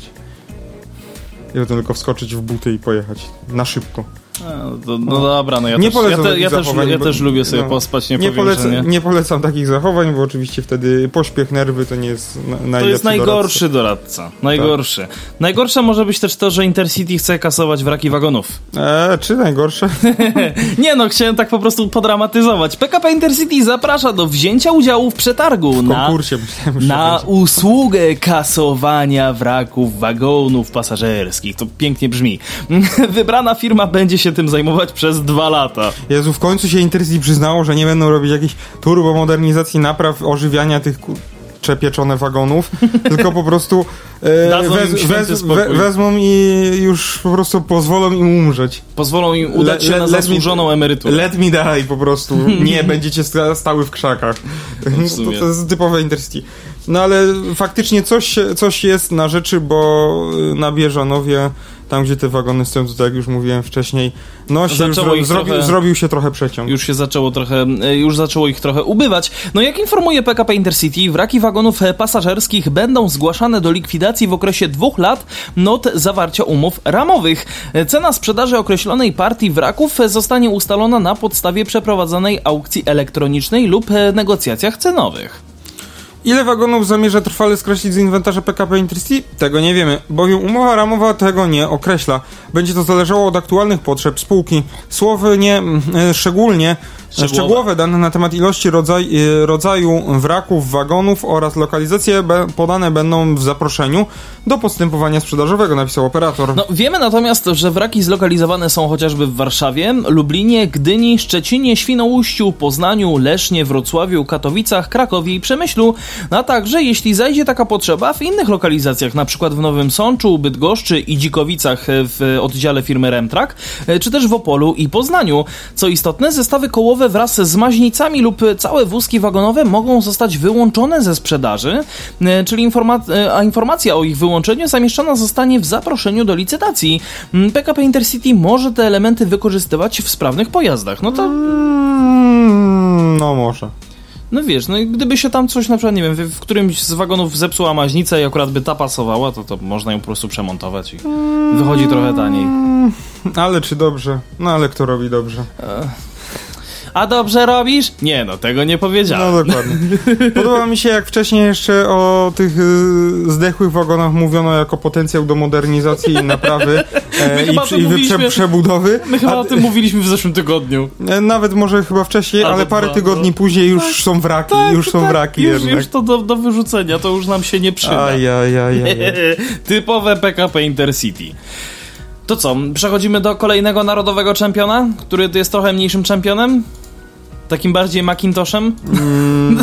[SPEAKER 3] I potem tylko wskoczyć w buty i pojechać na szybko.
[SPEAKER 2] A, to, no dobra, no ja
[SPEAKER 3] Nie
[SPEAKER 2] też, ja,
[SPEAKER 3] polecam
[SPEAKER 2] te,
[SPEAKER 3] takich
[SPEAKER 2] ja, też,
[SPEAKER 3] zachowań,
[SPEAKER 2] ja
[SPEAKER 3] bo-
[SPEAKER 2] też lubię sobie
[SPEAKER 3] no.
[SPEAKER 2] pospać, nie,
[SPEAKER 3] Nie,
[SPEAKER 2] powiem,
[SPEAKER 3] polecam,
[SPEAKER 2] że nie.
[SPEAKER 3] nie polecam takich zachowań, bo oczywiście wtedy pośpiech, nerwy to nie jest na, najlepszy
[SPEAKER 2] To jest najgorszy
[SPEAKER 3] doradca.
[SPEAKER 2] doradca. Najgorszy. Najgorsze może być też to, że Intercity chce kasować wraki wagonów.
[SPEAKER 3] Eee, czy najgorsze?
[SPEAKER 2] Nie no, chciałem tak po prostu podramatyzować. P K P Intercity zaprasza do wzięcia udziału w przetargu
[SPEAKER 3] W
[SPEAKER 2] na,
[SPEAKER 3] konkursie myślałem, że
[SPEAKER 2] na
[SPEAKER 3] będzie.
[SPEAKER 2] usługę kasowania wraków wagonów pasażerskich. To pięknie brzmi. Wybrana firma będzie się tym zajmować przez dwa lata.
[SPEAKER 3] Jezu, w końcu się Intercity przyznało, że nie będą robić jakiejś turbomodernizacji, napraw, ożywiania tych kurcze pieczone wagonów, tylko po prostu e,
[SPEAKER 2] Dadzą im
[SPEAKER 3] wez,
[SPEAKER 2] święty
[SPEAKER 3] wez,
[SPEAKER 2] spokój.
[SPEAKER 3] we, wezmą i już po prostu pozwolą im umrzeć.
[SPEAKER 2] Pozwolą im udać
[SPEAKER 3] Le-
[SPEAKER 2] się
[SPEAKER 3] le-
[SPEAKER 2] na
[SPEAKER 3] let me-
[SPEAKER 2] zasłużoną emeryturę.
[SPEAKER 3] Let me die po prostu. Nie, będziecie sta- stały w krzakach.
[SPEAKER 2] w
[SPEAKER 3] To,
[SPEAKER 2] sumie.
[SPEAKER 3] to jest typowe Intercity. No ale faktycznie coś, coś jest na rzeczy, bo na Bieżanowie, tam gdzie te wagony stoją, to tak jak już mówiłem wcześniej, no się już
[SPEAKER 2] Zaczęło
[SPEAKER 3] zro-
[SPEAKER 2] ich
[SPEAKER 3] zrobi,
[SPEAKER 2] trochę-
[SPEAKER 3] zrobił się trochę przeciąg.
[SPEAKER 2] Już się zaczęło trochę, już zaczęło ich trochę ubywać. No jak informuje P K P Intercity, wraki wagonów pasażerskich będą zgłaszane do likwidacji w okresie dwóch lat od zawarcia umów ramowych. Cena sprzedaży określonej partii wraków zostanie ustalona na podstawie przeprowadzonej aukcji elektronicznej lub negocjacjach cenowych.
[SPEAKER 3] Ile wagonów zamierza trwale skreślić z inwentarza P K P Intercity? Tego nie wiemy, bowiem umowa ramowa tego nie określa. Będzie to zależało od aktualnych potrzeb spółki. Słowy nie e, szczególnie
[SPEAKER 2] Szczegółowe.
[SPEAKER 3] szczegółowe dane na temat ilości rodzaj, e, rodzaju wraków, wagonów oraz lokalizacje be, podane będą w zaproszeniu do postępowania sprzedażowego, napisał operator.
[SPEAKER 2] No, wiemy natomiast, że wraki zlokalizowane są chociażby w Warszawie, Lublinie, Gdyni, Szczecinie, Świnoujściu, Poznaniu, Lesznie, Wrocławiu, Katowicach, Krakowie i Przemyślu, a także, jeśli zajdzie taka potrzeba, w innych lokalizacjach, na przykład w Nowym Sączu, Bydgoszczy i Dzikowicach w oddziale firmy Remtrak, czy też w Opolu i Poznaniu. Co istotne, zestawy kołowe wraz z maźnicami lub całe wózki wagonowe mogą zostać wyłączone ze sprzedaży, czyli informa- a informacja o ich wyłączeniu zamieszczona zostanie w zaproszeniu do licytacji. P K P Intercity może te elementy wykorzystywać w sprawnych pojazdach. No to...
[SPEAKER 3] Mm, no może.
[SPEAKER 2] No wiesz, no i gdyby się tam coś na przykład, nie wiem, w którymś z wagonów zepsuła maźnica i akurat by ta pasowała, to, to można ją po prostu przemontować i wychodzi trochę taniej.
[SPEAKER 3] Ale czy dobrze? No ale kto robi dobrze?
[SPEAKER 2] A dobrze robisz? Nie, no tego nie powiedziałem.
[SPEAKER 3] No dokładnie. Podoba mi się, jak wcześniej jeszcze o tych y, zdechłych wagonach mówiono jako potencjał do modernizacji i naprawy e, i,
[SPEAKER 2] chyba
[SPEAKER 3] przy,
[SPEAKER 2] to
[SPEAKER 3] i
[SPEAKER 2] mówiliśmy-
[SPEAKER 3] wyprze, przebudowy.
[SPEAKER 2] My chyba
[SPEAKER 3] A-
[SPEAKER 2] o tym mówiliśmy w zeszłym tygodniu.
[SPEAKER 3] e, Nawet może chyba wcześniej,
[SPEAKER 2] Albo
[SPEAKER 3] ale parę
[SPEAKER 2] dwa,
[SPEAKER 3] tygodni
[SPEAKER 2] no.
[SPEAKER 3] później już są wraki, już są wraki
[SPEAKER 2] już,
[SPEAKER 3] jednak.
[SPEAKER 2] już to do, do wyrzucenia, to już nam się nie przyda.
[SPEAKER 3] Ajajajaj.
[SPEAKER 2] Typowe P K P Intercity. To co, przechodzimy do kolejnego narodowego czempiona, który jest trochę mniejszym czempionem? Takim bardziej Macintoshem?
[SPEAKER 3] Mm,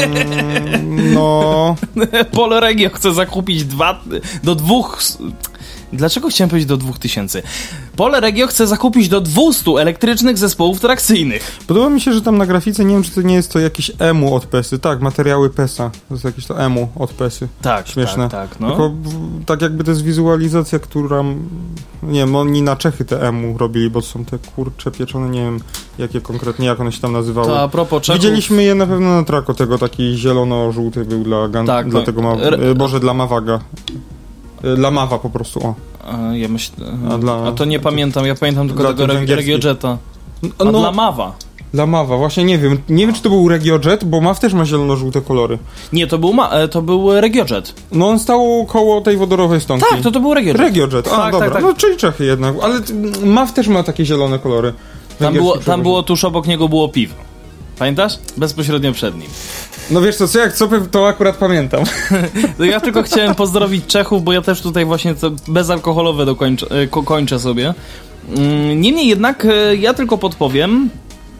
[SPEAKER 3] no...
[SPEAKER 2] Polregio chce zakupić dwa, do dwóch... Dlaczego chciałem powiedzieć do dwóch tysięcy? Polregio chce zakupić do dwustu elektrycznych zespołów trakcyjnych.
[SPEAKER 3] Podoba mi się, że tam na grafice, nie wiem, czy to nie jest to jakieś emu od pesy. Tak, materiały pesa. To jest jakieś to emu od pesy.
[SPEAKER 2] Tak,
[SPEAKER 3] śmieszne.
[SPEAKER 2] tak, tak. No.
[SPEAKER 3] Tylko, tak jakby to jest wizualizacja, która... Nie wiem, oni na Czechy te emu robili, bo są te kurcze pieczone, nie wiem, jakie konkretnie, jak one się tam nazywały.
[SPEAKER 2] To a propos Czechów...
[SPEAKER 3] Widzieliśmy je na pewno na Trako, tego taki zielono-żółty był dla, gan...
[SPEAKER 2] tak,
[SPEAKER 3] dla
[SPEAKER 2] no.
[SPEAKER 3] tego... Ma... Boże, dla Mawaga. Dla Mawa po prostu, o.
[SPEAKER 2] A, ja myśl...
[SPEAKER 3] a, dla...
[SPEAKER 2] a to nie pamiętam, ja pamiętam tylko
[SPEAKER 3] dla
[SPEAKER 2] tego Reg- Regiojeta. A
[SPEAKER 3] no,
[SPEAKER 2] dla Mawa.
[SPEAKER 3] Dla Mawa, właśnie nie wiem. Nie wiem, czy to był Regiojet, bo Maw też ma zielono-żółte kolory.
[SPEAKER 2] Nie, to był, ma- to był Regiojet.
[SPEAKER 3] No on stał koło tej wodorowej stonki.
[SPEAKER 2] Tak, to to był Regiojet.
[SPEAKER 3] Regiojet, a
[SPEAKER 2] tak,
[SPEAKER 3] dobra.
[SPEAKER 2] Tak, tak.
[SPEAKER 3] No czyli Czechy jednak, ale Maw też ma takie zielone kolory.
[SPEAKER 2] Tam było, tam było tuż obok niego było piwo. Pamiętasz? Bezpośrednio przed nim.
[SPEAKER 3] No wiesz co, co jak co, to akurat pamiętam.
[SPEAKER 2] No ja tylko chciałem pozdrowić Czechów, bo ja też tutaj właśnie to bezalkoholowe dokończę, ko- kończę sobie. Niemniej jednak ja tylko podpowiem,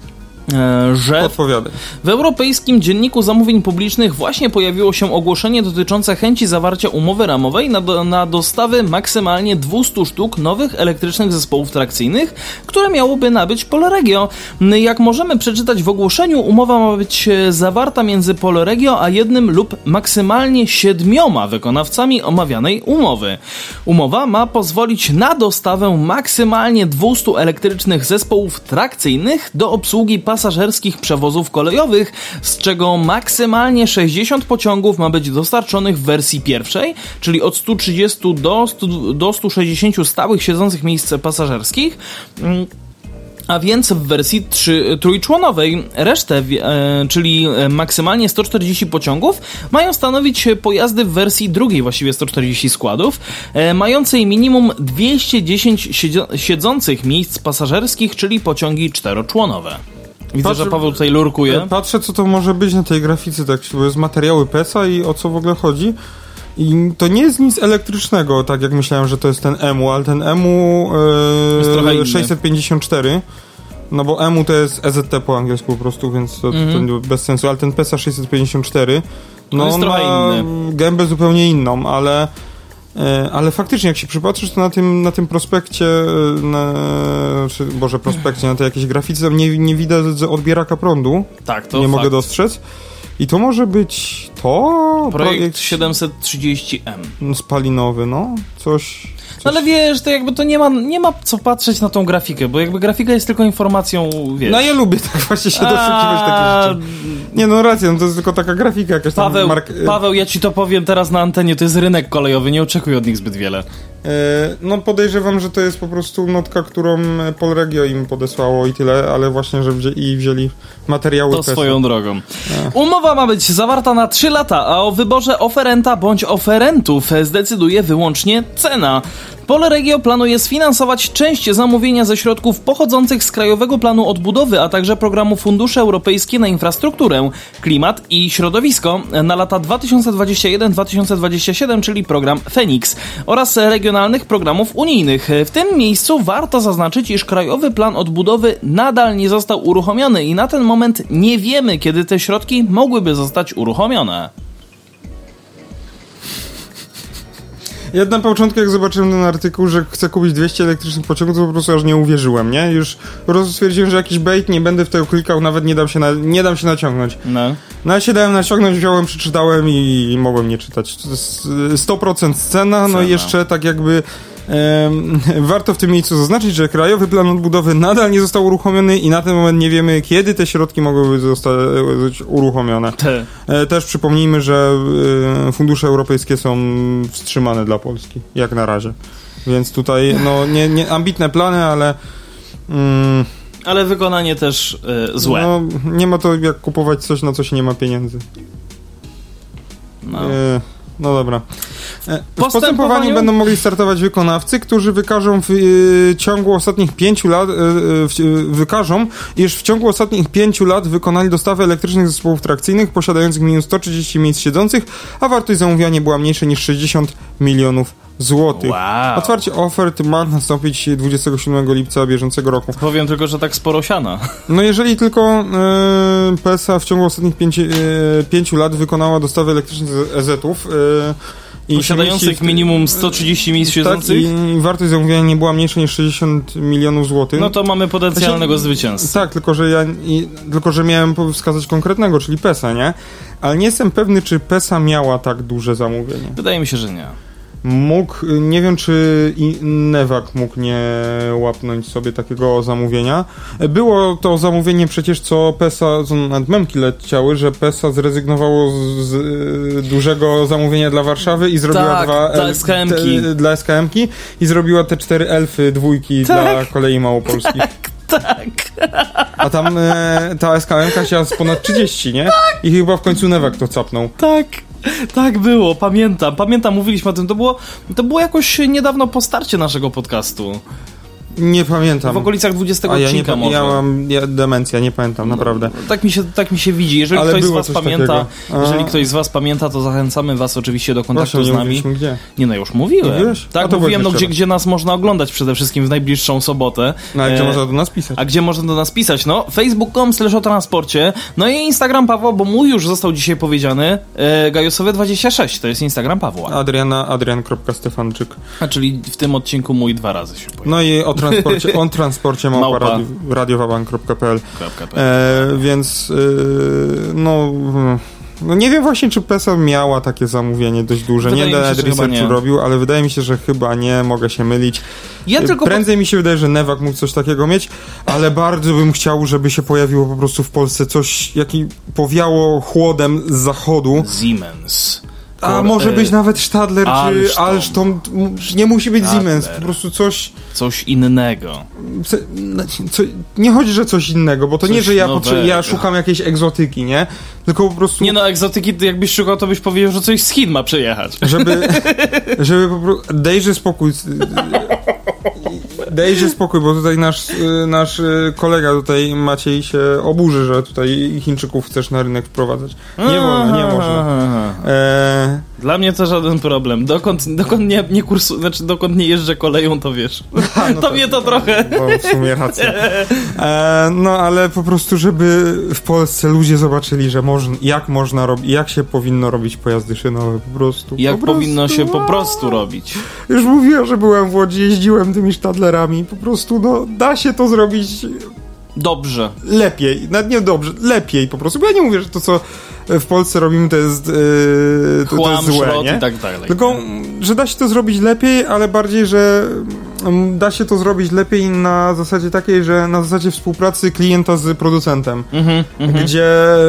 [SPEAKER 2] że w Europejskim Dzienniku Zamówień Publicznych właśnie pojawiło się ogłoszenie dotyczące chęci zawarcia umowy ramowej na, do, na dostawy maksymalnie dwieście sztuk nowych elektrycznych zespołów trakcyjnych, które miałoby nabyć Polregio. Jak możemy przeczytać w ogłoszeniu, umowa ma być zawarta między Polregio a jednym lub maksymalnie siedmioma wykonawcami omawianej umowy. Umowa ma pozwolić na dostawę maksymalnie dwieście elektrycznych zespołów trakcyjnych do obsługi pasażerów pasażerskich przewozów kolejowych, z czego maksymalnie sześćdziesiąt pociągów ma być dostarczonych w wersji pierwszej, czyli od stu trzydziestu do stu, do stu sześćdziesięciu stałych siedzących miejsc pasażerskich, a więc w wersji trzy, trójczłonowej. Resztę, e, czyli maksymalnie sto czterdzieści pociągów, mają stanowić pojazdy w wersji drugiej, właściwie sto czterdzieści składów, e, mającej minimum dwieście dziesięć siedzących miejsc pasażerskich, czyli pociągi czteroczłonowe. Widzę, Patrzę, że Paweł tutaj lurkuje.
[SPEAKER 3] Patrzę, co to może być na tej grafice, tak, bo jest materiały pesa i o co w ogóle chodzi. I to nie jest nic elektrycznego, tak jak myślałem, że to jest ten emu, ale ten emu e, sześćset pięćdziesiąt cztery, no bo emu to jest E Z T po angielsku po prostu, więc to, mm-hmm. to bez sensu, ale ten pesa sześćset pięćdziesiąt cztery, no on, on ma inny. Gębę zupełnie inną, ale ale faktycznie, jak się przypatrzysz, to na tym, na tym prospekcie, na, czy, Boże, prospekcie, na tej jakiejś grafice nie, nie widać odbieraka prądu.
[SPEAKER 2] Tak, to
[SPEAKER 3] nie
[SPEAKER 2] fakt.
[SPEAKER 3] mogę dostrzec. I to może być to?
[SPEAKER 2] Projekt, projekt siedemset trzydzieści M.
[SPEAKER 3] Spalinowy, no. Coś... Coś...
[SPEAKER 2] Ale wiesz, to jakby to nie ma, nie ma co patrzeć na tą grafikę, bo jakby grafika jest tylko informacją, wiesz.
[SPEAKER 3] No ja lubię tak właśnie się doszukiwać A... takich rzeczy. Nie no, racja, no to jest tylko taka grafika jakaś tam.
[SPEAKER 2] Paweł,
[SPEAKER 3] mark...
[SPEAKER 2] Paweł, ja ci to powiem teraz na antenie, to jest rynek kolejowy, nie oczekuj od nich zbyt wiele.
[SPEAKER 3] E, no podejrzewam, że to jest po prostu notka, którą Polregio im podesłało i tyle, ale właśnie, że wzię- i wzięli materiały
[SPEAKER 2] To
[SPEAKER 3] P E S-a.
[SPEAKER 2] swoją drogą. E. Umowa ma być zawarta na trzy lata, a o wyborze oferenta bądź oferentów zdecyduje wyłącznie cena. Polregio planuje sfinansować część zamówienia ze środków pochodzących z Krajowego Planu Odbudowy, a także programu Fundusze Europejskie na Infrastrukturę, Klimat i Środowisko na lata dwa tysiące dwudziesty pierwszy do dwa tysiące dwudziestego siódmego, czyli program Feniks, oraz regionalnych programów unijnych. W tym miejscu warto zaznaczyć, iż Krajowy Plan Odbudowy nadal nie został uruchomiony i na ten moment nie wiemy, kiedy te środki mogłyby zostać uruchomione.
[SPEAKER 3] Ja na początku, jak zobaczyłem ten artykuł, że chcę kupić dwieście elektrycznych pociągów, to po prostu aż nie uwierzyłem, nie? Już po prostu stwierdziłem, że jakiś bait, nie będę w to klikał, nawet nie dam się, na, nie dam się naciągnąć. No. No ja się dałem naciągnąć, wziąłem, przeczytałem i, i mogłem nie czytać. To jest sto procent scena, no i jeszcze tak jakby Um, warto w tym miejscu zaznaczyć, że Krajowy Plan Odbudowy nadal nie został uruchomiony i na ten moment nie wiemy, kiedy te środki mogłyby zostać uruchomione. Te. E, też przypomnijmy, że e, fundusze europejskie są wstrzymane dla Polski, jak na razie. Więc tutaj no, nie, nie ambitne plany, ale mm,
[SPEAKER 2] ale wykonanie też e, złe.
[SPEAKER 3] No, nie ma to jak kupować coś, na co się nie ma pieniędzy. No. E, No dobra. W postępowaniu będą mogli startować wykonawcy, którzy wykażą w y, ciągu ostatnich pięciu lat, y, y, wykażą, iż w ciągu ostatnich pięciu lat wykonali dostawę elektrycznych zespołów trakcyjnych posiadających minimum sto trzydzieści miejsc siedzących, a wartość zamówienia była mniejsza niż sześćdziesiąt milionów złotych.
[SPEAKER 2] Wow.
[SPEAKER 3] Otwarcie ofert ma nastąpić dwudziestego siódmego lipca bieżącego roku.
[SPEAKER 2] Powiem tylko, że tak sporo siana.
[SPEAKER 3] No jeżeli tylko e, P S A w ciągu ostatnich pięci, e, pięciu lat wykonała dostawy elektrycznych z E Z-ów e, i
[SPEAKER 2] posiadających minimum sto trzydzieści miejsc siedzących.
[SPEAKER 3] Tak, i, i wartość zamówienia nie była mniejsza niż sześćdziesiąt milionów złotych.
[SPEAKER 2] No to mamy potencjalnego
[SPEAKER 3] znaczy,
[SPEAKER 2] zwycięzcę.
[SPEAKER 3] Tak, tylko że ja i, tylko że miałem wskazać konkretnego, czyli P E S A, nie? Ale nie jestem pewny, czy P E S A miała tak duże zamówienie.
[SPEAKER 2] Wydaje mi się, że nie.
[SPEAKER 3] Mógł, nie wiem, czy i Newag mógł nie łapnąć sobie takiego zamówienia. Było to zamówienie przecież, co P E S A, co nad memki leciały, że P E S A zrezygnowało z, z y, dużego zamówienia dla Warszawy i zrobiła
[SPEAKER 2] tak,
[SPEAKER 3] dwa
[SPEAKER 2] dla S K M-ki.
[SPEAKER 3] Te, dla S K M-ki i zrobiła te cztery elfy, dwójki
[SPEAKER 2] tak.
[SPEAKER 3] dla kolei małopolskich.
[SPEAKER 2] Tak.
[SPEAKER 3] A tam e, ta S K M-ka chciała z ponad trzydzieści, nie? Tak. I chyba w końcu Newag to capnął.
[SPEAKER 2] Tak. Tak było, pamiętam, pamiętam, mówiliśmy o tym, to było, to było jakoś niedawno po starcie naszego podcastu.
[SPEAKER 3] Nie pamiętam.
[SPEAKER 2] W okolicach dwudziestego
[SPEAKER 3] A ja
[SPEAKER 2] odcinka
[SPEAKER 3] nie,
[SPEAKER 2] może.
[SPEAKER 3] Ja mam ja, demencja, nie pamiętam, naprawdę.
[SPEAKER 2] No, tak, mi się, tak mi się widzi. Jeżeli
[SPEAKER 3] Ale
[SPEAKER 2] ktoś z was pamięta,
[SPEAKER 3] A...
[SPEAKER 2] jeżeli ktoś z was pamięta, to zachęcamy was oczywiście do kontaktu
[SPEAKER 3] Właśnie,
[SPEAKER 2] z
[SPEAKER 3] nie
[SPEAKER 2] nami.
[SPEAKER 3] Gdzie?
[SPEAKER 2] Nie no, już mówiłem.
[SPEAKER 3] Mówiłeś?
[SPEAKER 2] Tak, mówiłem, no, gdzie, gdzie nas można oglądać przede wszystkim w najbliższą sobotę.
[SPEAKER 3] No a gdzie
[SPEAKER 2] e...
[SPEAKER 3] można do nas pisać?
[SPEAKER 2] A gdzie można do nas pisać? No, facebook kropka com slash o transporcie. No i Instagram Pawła, bo mój już został dzisiaj powiedziany. E, Gajusowy dwadzieścia sześć, to jest Instagram Pawła.
[SPEAKER 3] Adriana, adrian.stefanczyk.
[SPEAKER 2] A czyli w tym odcinku mój dwa razy się pojawił.
[SPEAKER 3] No i o transporcie, on transporcie małpa radio, radiowabank kropka p l. E, więc e, no, no nie wiem właśnie, czy P E S A miała takie zamówienie dość duże.
[SPEAKER 2] Wydaje
[SPEAKER 3] nie będę nawet researchu robił, ale wydaje mi się, że chyba nie, mogę się mylić.
[SPEAKER 2] Ja tylko
[SPEAKER 3] Prędzej po... mi się wydaje, że Newag mógł coś takiego mieć, ale bardzo bym chciał, żeby się pojawiło po prostu w Polsce coś, jaki powiało chłodem z zachodu.
[SPEAKER 2] Siemens.
[SPEAKER 3] A może być nawet Stadler
[SPEAKER 2] Alstom.
[SPEAKER 3] czy Alstom. Nie musi być
[SPEAKER 2] Stadler.
[SPEAKER 3] Siemens, po prostu coś...
[SPEAKER 2] Coś innego.
[SPEAKER 3] Co, co, nie chodzi, że coś innego, bo to
[SPEAKER 2] coś
[SPEAKER 3] nie, że ja, potrze- ja szukam jakiejś egzotyki, nie? Tylko po prostu...
[SPEAKER 2] Nie no, egzotyki, jakbyś szukał, to byś powiedział, że coś z Chin ma przyjechać.
[SPEAKER 3] Żeby, żeby po prostu... Dejże spokój. Dejże spokój, bo tutaj nasz, nasz kolega tutaj Maciej się oburzy, że tutaj Chińczyków chcesz na rynek wprowadzać. Nie wolno, nie można. E...
[SPEAKER 2] Dla mnie to żaden problem. Dokąd, dokąd nie, nie kursu, znaczy dokąd nie jeżdżę koleją, to wiesz.
[SPEAKER 3] A, no
[SPEAKER 2] to
[SPEAKER 3] to
[SPEAKER 2] mnie to trochę.
[SPEAKER 3] Bo w sumie racja. E, no ale po prostu, żeby w Polsce ludzie zobaczyli, że można, jak można robić, jak się powinno robić pojazdy szynowe po prostu.
[SPEAKER 2] Jak
[SPEAKER 3] po
[SPEAKER 2] powinno
[SPEAKER 3] prostu,
[SPEAKER 2] się po prostu robić.
[SPEAKER 3] Już mówiłem, że byłem w Łodzi, jeździłem tymi Stadlerami. Po prostu, no, da się to zrobić
[SPEAKER 2] dobrze.
[SPEAKER 3] Lepiej. Nawet nie dobrze, lepiej po prostu. Bo ja nie mówię, że to, co w Polsce robimy, to jest, yy, to,
[SPEAKER 2] Chłam,
[SPEAKER 3] to jest złe,
[SPEAKER 2] szrot
[SPEAKER 3] nie?
[SPEAKER 2] i tak dalej.
[SPEAKER 3] Tylko, że da się to zrobić lepiej, ale bardziej, że da się to zrobić lepiej na zasadzie takiej, że na zasadzie współpracy klienta z producentem. Mm-hmm, mm-hmm. Gdzie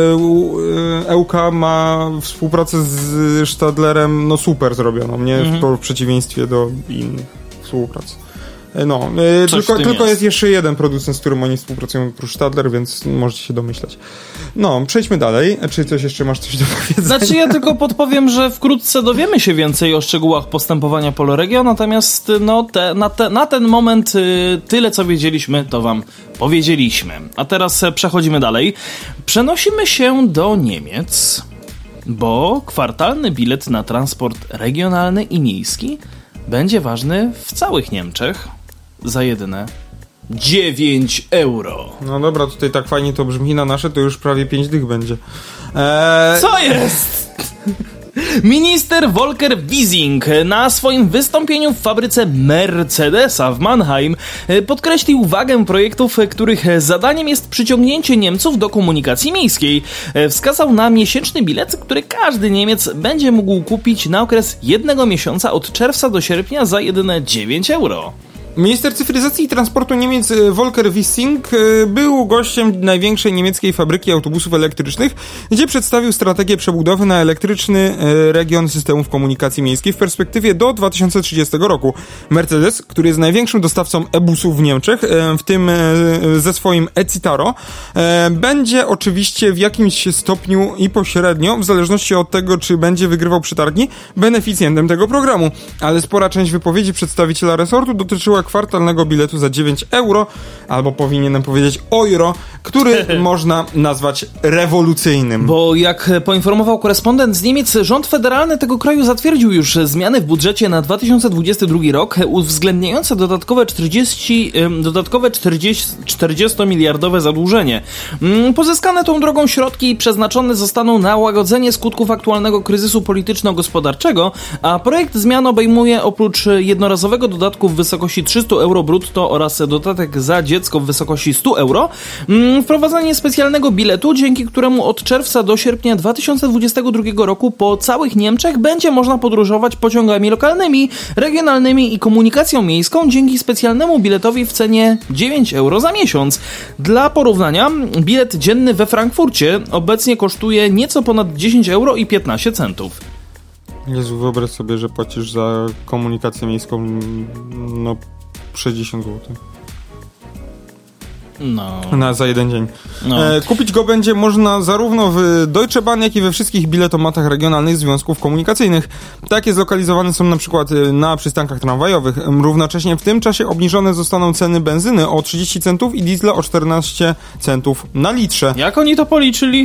[SPEAKER 3] E U K ma współpracę z Stadlerem no super zrobioną, nie? Mm-hmm. W przeciwieństwie do innych współprac. No, tylko, tylko jest. jest jeszcze jeden producent, z którym oni współpracują, oprócz Stadler, więc możecie się domyślać. No, przejdźmy dalej. Czy coś jeszcze masz coś do powiedzenia?
[SPEAKER 2] Znaczy ja tylko podpowiem, że wkrótce dowiemy się więcej o szczegółach postępowania Poloregio, natomiast no, te, na, te, na ten moment y, tyle, co wiedzieliśmy, to wam powiedzieliśmy. A teraz przechodzimy dalej. Przenosimy się do Niemiec, bo kwartalny bilet na transport regionalny i miejski będzie ważny w całych Niemczech za jedyne dziewięć euro.
[SPEAKER 3] No dobra, tutaj tak fajnie to brzmi na nasze, to już prawie pięć dych będzie. Eee...
[SPEAKER 2] Co jest? Minister Volker Wissing na swoim wystąpieniu w fabryce Mercedesa w Mannheim podkreślił wagę projektów, których zadaniem jest przyciągnięcie Niemców do komunikacji miejskiej. Wskazał na miesięczny bilet, który każdy Niemiec będzie mógł kupić na okres jednego miesiąca od czerwca do sierpnia za jedyne dziewięć euro.
[SPEAKER 3] Minister cyfryzacji i transportu Niemiec Volker Wissing był gościem największej niemieckiej fabryki autobusów elektrycznych, gdzie przedstawił strategię przebudowy na elektryczny region systemów komunikacji miejskiej w perspektywie do dwa tysiące trzydziestego roku. Mercedes, który jest największym dostawcą e-busów w Niemczech, w tym ze swoim e-Citaro, będzie oczywiście w jakimś stopniu i pośrednio, w zależności od tego, czy będzie wygrywał przetargi, beneficjentem tego programu. Ale spora część wypowiedzi przedstawiciela resortu dotyczyła usługa kwartalnego biletu za dziewięć euro, albo powinienem powiedzieć euro, który można nazwać rewolucyjnym.
[SPEAKER 2] Bo jak poinformował korespondent z Niemiec, rząd federalny tego kraju zatwierdził już zmiany w budżecie na dwa tysiące dwudziesty drugi rok, uwzględniające dodatkowe czterdzieści, dodatkowe czterdziestomiliardowe zadłużenie. Pozyskane tą drogą środki przeznaczone zostaną na łagodzenie skutków aktualnego kryzysu polityczno-gospodarczego, a projekt zmian obejmuje oprócz jednorazowego dodatku w wysokości trzysta euro brutto oraz dodatek za dziecko w wysokości sto euro, wprowadzenie specjalnego biletu, dzięki któremu od czerwca do sierpnia dwa tysiące dwudziestego drugiego roku po całych Niemczech będzie można podróżować pociągami lokalnymi, regionalnymi i komunikacją miejską dzięki specjalnemu biletowi w cenie dziewięć euro za miesiąc. Dla porównania, bilet dzienny we Frankfurcie obecnie kosztuje nieco ponad dziesięć euro i piętnaście centów.
[SPEAKER 3] Jezu, wyobraź sobie, że płacisz za komunikację miejską no sześćdziesiąt złotych.
[SPEAKER 2] No.
[SPEAKER 3] Na, za jeden dzień.
[SPEAKER 2] No.
[SPEAKER 3] E, kupić go będzie można zarówno w Deutsche Bahn, jak i we wszystkich biletomatach regionalnych związków komunikacyjnych. Takie zlokalizowane są na przykład na przystankach tramwajowych. Równocześnie w tym czasie obniżone zostaną ceny benzyny o trzydzieści centów i diesla o czternaście centów na litrze.
[SPEAKER 2] Jak oni to policzyli?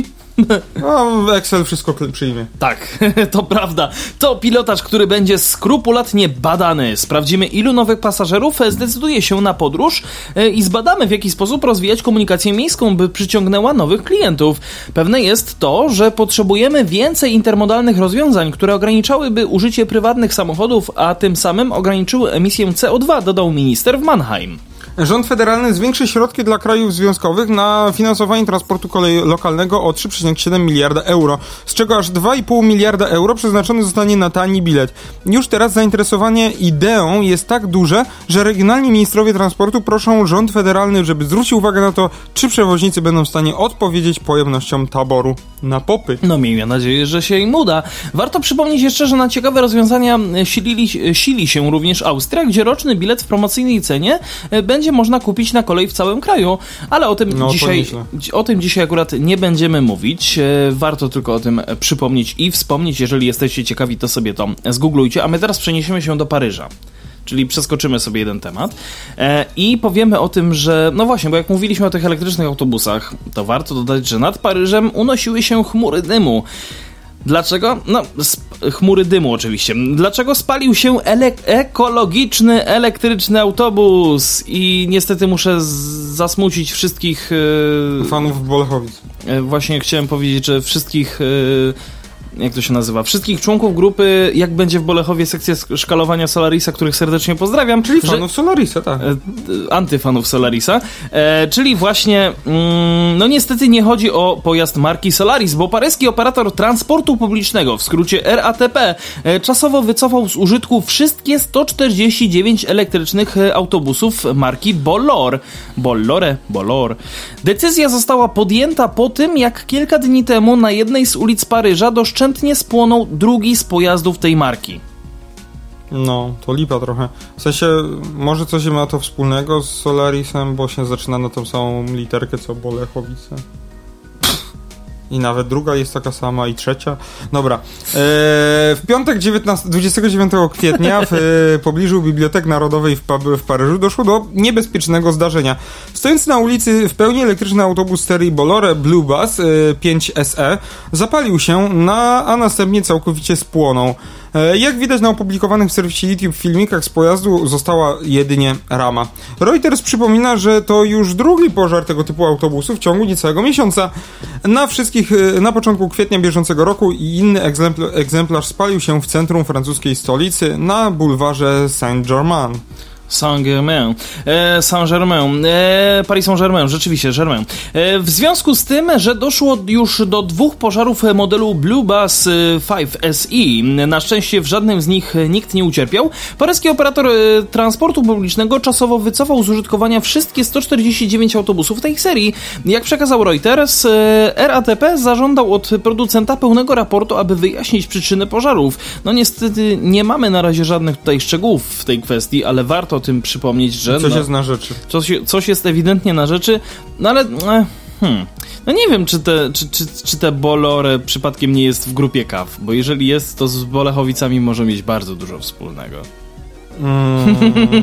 [SPEAKER 3] No, Excel wszystko przyjmie.
[SPEAKER 2] Tak, to prawda. To pilotaż, który będzie skrupulatnie badany. Sprawdzimy, ilu nowych pasażerów zdecyduje się na podróż i zbadamy, w jaki sposób rozwijać komunikację miejską, by przyciągnęła nowych klientów. Pewne jest to, że potrzebujemy więcej intermodalnych rozwiązań, które ograniczałyby użycie prywatnych samochodów, a tym samym ograniczyły emisję C O dwa, dodał minister w Mannheim.
[SPEAKER 3] Rząd federalny zwiększy środki dla krajów związkowych na finansowanie transportu kolei lokalnego o trzy przecinek siedem miliarda euro, z czego aż dwa i pół miliarda euro przeznaczone zostanie na tani bilet. Już teraz zainteresowanie ideą jest tak duże, że regionalni ministrowie transportu proszą rząd federalny, żeby zwrócił uwagę na to, czy przewoźnicy będą w stanie odpowiedzieć pojemnościom taboru na popyt.
[SPEAKER 2] No miejmy nadzieję, że się im uda. Warto przypomnieć jeszcze, że na ciekawe rozwiązania silili, sili się również Austria, gdzie roczny bilet w promocyjnej cenie będzie można kupić na kolei w całym kraju, ale o tym
[SPEAKER 3] no,
[SPEAKER 2] dzisiaj o tym dzisiaj akurat nie będziemy mówić. Warto tylko o tym przypomnieć i wspomnieć. Jeżeli jesteście ciekawi, to sobie to zgooglujcie, a my teraz przeniesiemy się do Paryża. Czyli przeskoczymy sobie jeden temat e, i powiemy o tym, że no właśnie, bo jak mówiliśmy o tych elektrycznych autobusach, to warto dodać, że nad Paryżem unosiły się chmury dymu. Dlaczego? No, sp- chmury dymu oczywiście. Dlaczego spalił się ele- ekologiczny, elektryczny autobus? I niestety muszę z- zasmucić wszystkich... Yy,
[SPEAKER 3] fanów Bolechowic.
[SPEAKER 2] Yy, właśnie chciałem powiedzieć, że wszystkich... Yy, jak to się nazywa? Wszystkich członków grupy Jak będzie w Bolechowie sekcja szkalowania Solarisa, których serdecznie pozdrawiam.
[SPEAKER 3] Czyli
[SPEAKER 2] że,
[SPEAKER 3] fanów Solarisa, tak.
[SPEAKER 2] E, antyfanów Solarisa. E, czyli właśnie, mm, no niestety nie chodzi o pojazd marki Solaris, bo paryski operator transportu publicznego, w skrócie R A T P, e, czasowo wycofał z użytku wszystkie sto czterdzieści dziewięć elektrycznych autobusów marki Bolloré. Bolloré, Bolloré. Decyzja została podjęta po tym, jak kilka dni temu na jednej z ulic Paryża doszczętnie spłonął drugi z pojazdów tej marki.
[SPEAKER 3] No, to lipa trochę. W sensie, może coś ma to wspólnego z Solarisem, bo się zaczyna na tą samą literkę co Bolechowice. I nawet druga jest taka sama, i trzecia. Dobra. Eee, w piątek dwudziestego dziewiątego kwietnia w e, pobliżu Biblioteki Narodowej w, w Paryżu doszło do niebezpiecznego zdarzenia. Stojący na ulicy w pełni elektryczny autobus serii Bolloré Blue Bus e, pięć S E zapalił się, na, a następnie całkowicie spłonął. E, jak widać na opublikowanych w serwisie YouTube filmikach z pojazdu została jedynie rama. Reuters przypomina, że to już drugi pożar tego typu autobusu w ciągu niecałego miesiąca. Na wszystkich na początku kwietnia bieżącego roku i inny egzempl- egzemplarz spalił się w centrum francuskiej stolicy na bulwarze Saint-Germain.
[SPEAKER 2] Saint-Germain, e, Saint-Germain, e, Paris Saint-Germain, rzeczywiście, Germain. E, w związku z tym, że doszło już do dwóch pożarów modelu Blue Bus pięć S E, na szczęście w żadnym z nich nikt nie ucierpiał, paryski operator e, transportu publicznego czasowo wycofał z użytkowania wszystkie sto czterdzieści dziewięć autobusów tej serii. Jak przekazał Reuters, e, R A T P zażądał od producenta pełnego raportu, aby wyjaśnić przyczyny pożarów. No niestety nie mamy na razie żadnych tutaj szczegółów w tej kwestii, ale warto o tym przypomnieć, że...
[SPEAKER 3] Coś
[SPEAKER 2] no,
[SPEAKER 3] jest na rzeczy.
[SPEAKER 2] Coś, coś jest ewidentnie na rzeczy, no ale... E, hmm, no nie wiem, czy te, czy, czy, czy te Bolloré przypadkiem nie jest w grupie K A W, bo jeżeli jest, to z Bolechowicami może mieć bardzo dużo wspólnego.
[SPEAKER 3] Mm.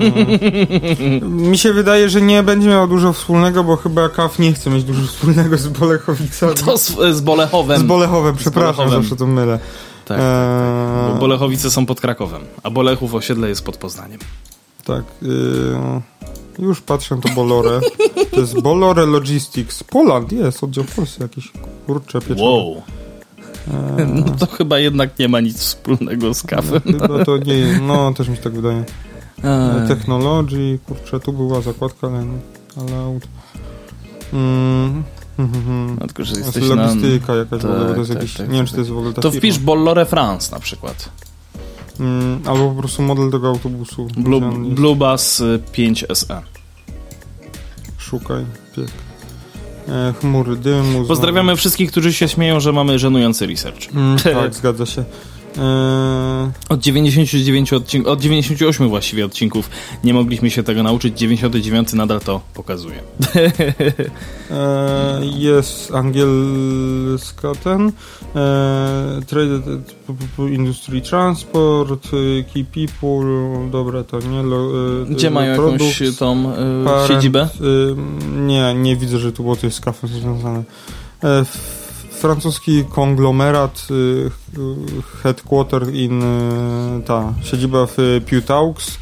[SPEAKER 3] Mi się wydaje, że nie będzie miał dużo wspólnego, bo chyba K A F nie chce mieć dużo wspólnego z Bolechowicami.
[SPEAKER 2] To z, z Bolechowem.
[SPEAKER 3] Z Bolechowem, przepraszam,
[SPEAKER 2] z Bolechowem.
[SPEAKER 3] zawsze to mylę.
[SPEAKER 2] Tak, eee... tak, tak, bo Bolechowice są pod Krakowem, a Bolechów osiedle jest pod Poznaniem.
[SPEAKER 3] Tak, yy... już patrzę, to Bolore. To jest Bolore Logistics. Poland jest, oddział Polscy jakiś. Kurczę, pieczone.
[SPEAKER 2] Wow. Eee... No to chyba jednak nie ma nic wspólnego z K A F-em.
[SPEAKER 3] No, chyba to nie, no też mi się tak wydaje. Eee... Technology, kurczę, tu była zakładka, ale... ale out. Mm.
[SPEAKER 2] No, tylko, że
[SPEAKER 3] jesteś logistyka na... jakaś, tak, w ogóle, to jest
[SPEAKER 2] tak,
[SPEAKER 3] jakiś,
[SPEAKER 2] tak,
[SPEAKER 3] nie wiem,
[SPEAKER 2] tak,
[SPEAKER 3] czy to jest w ogóle ta
[SPEAKER 2] to
[SPEAKER 3] firma.
[SPEAKER 2] wpisz Bolloré France na przykład.
[SPEAKER 3] Mm, albo po prostu model tego autobusu.
[SPEAKER 2] Blue, Blue Bus pięć S E.
[SPEAKER 3] Szukaj, piek. E, chmury dymu.
[SPEAKER 2] Pozdrawiamy znowu wszystkich, którzy się śmieją, że mamy żenujący research.
[SPEAKER 3] Mm, tak, zgadza się. Eee...
[SPEAKER 2] Od dziewięćdziesięciu dziewięciu odcinków, od dziewięćdziesięciu ośmiu właściwie odcinków nie mogliśmy się tego nauczyć. dziewięćdziesiąty dziewiąty nadal to pokazuje.
[SPEAKER 3] eee, jest angielska ten eee, Trade Industry Transport, Key People, dobra, to nie lo, e,
[SPEAKER 2] gdzie mają
[SPEAKER 3] products,
[SPEAKER 2] jakąś tą e,
[SPEAKER 3] parent,
[SPEAKER 2] siedzibę?
[SPEAKER 3] E, nie, nie widzę, że tu było coś z K A F-em związane. E, francuski konglomerat, y, headquarter in, y, ta, siedziba w Putaux.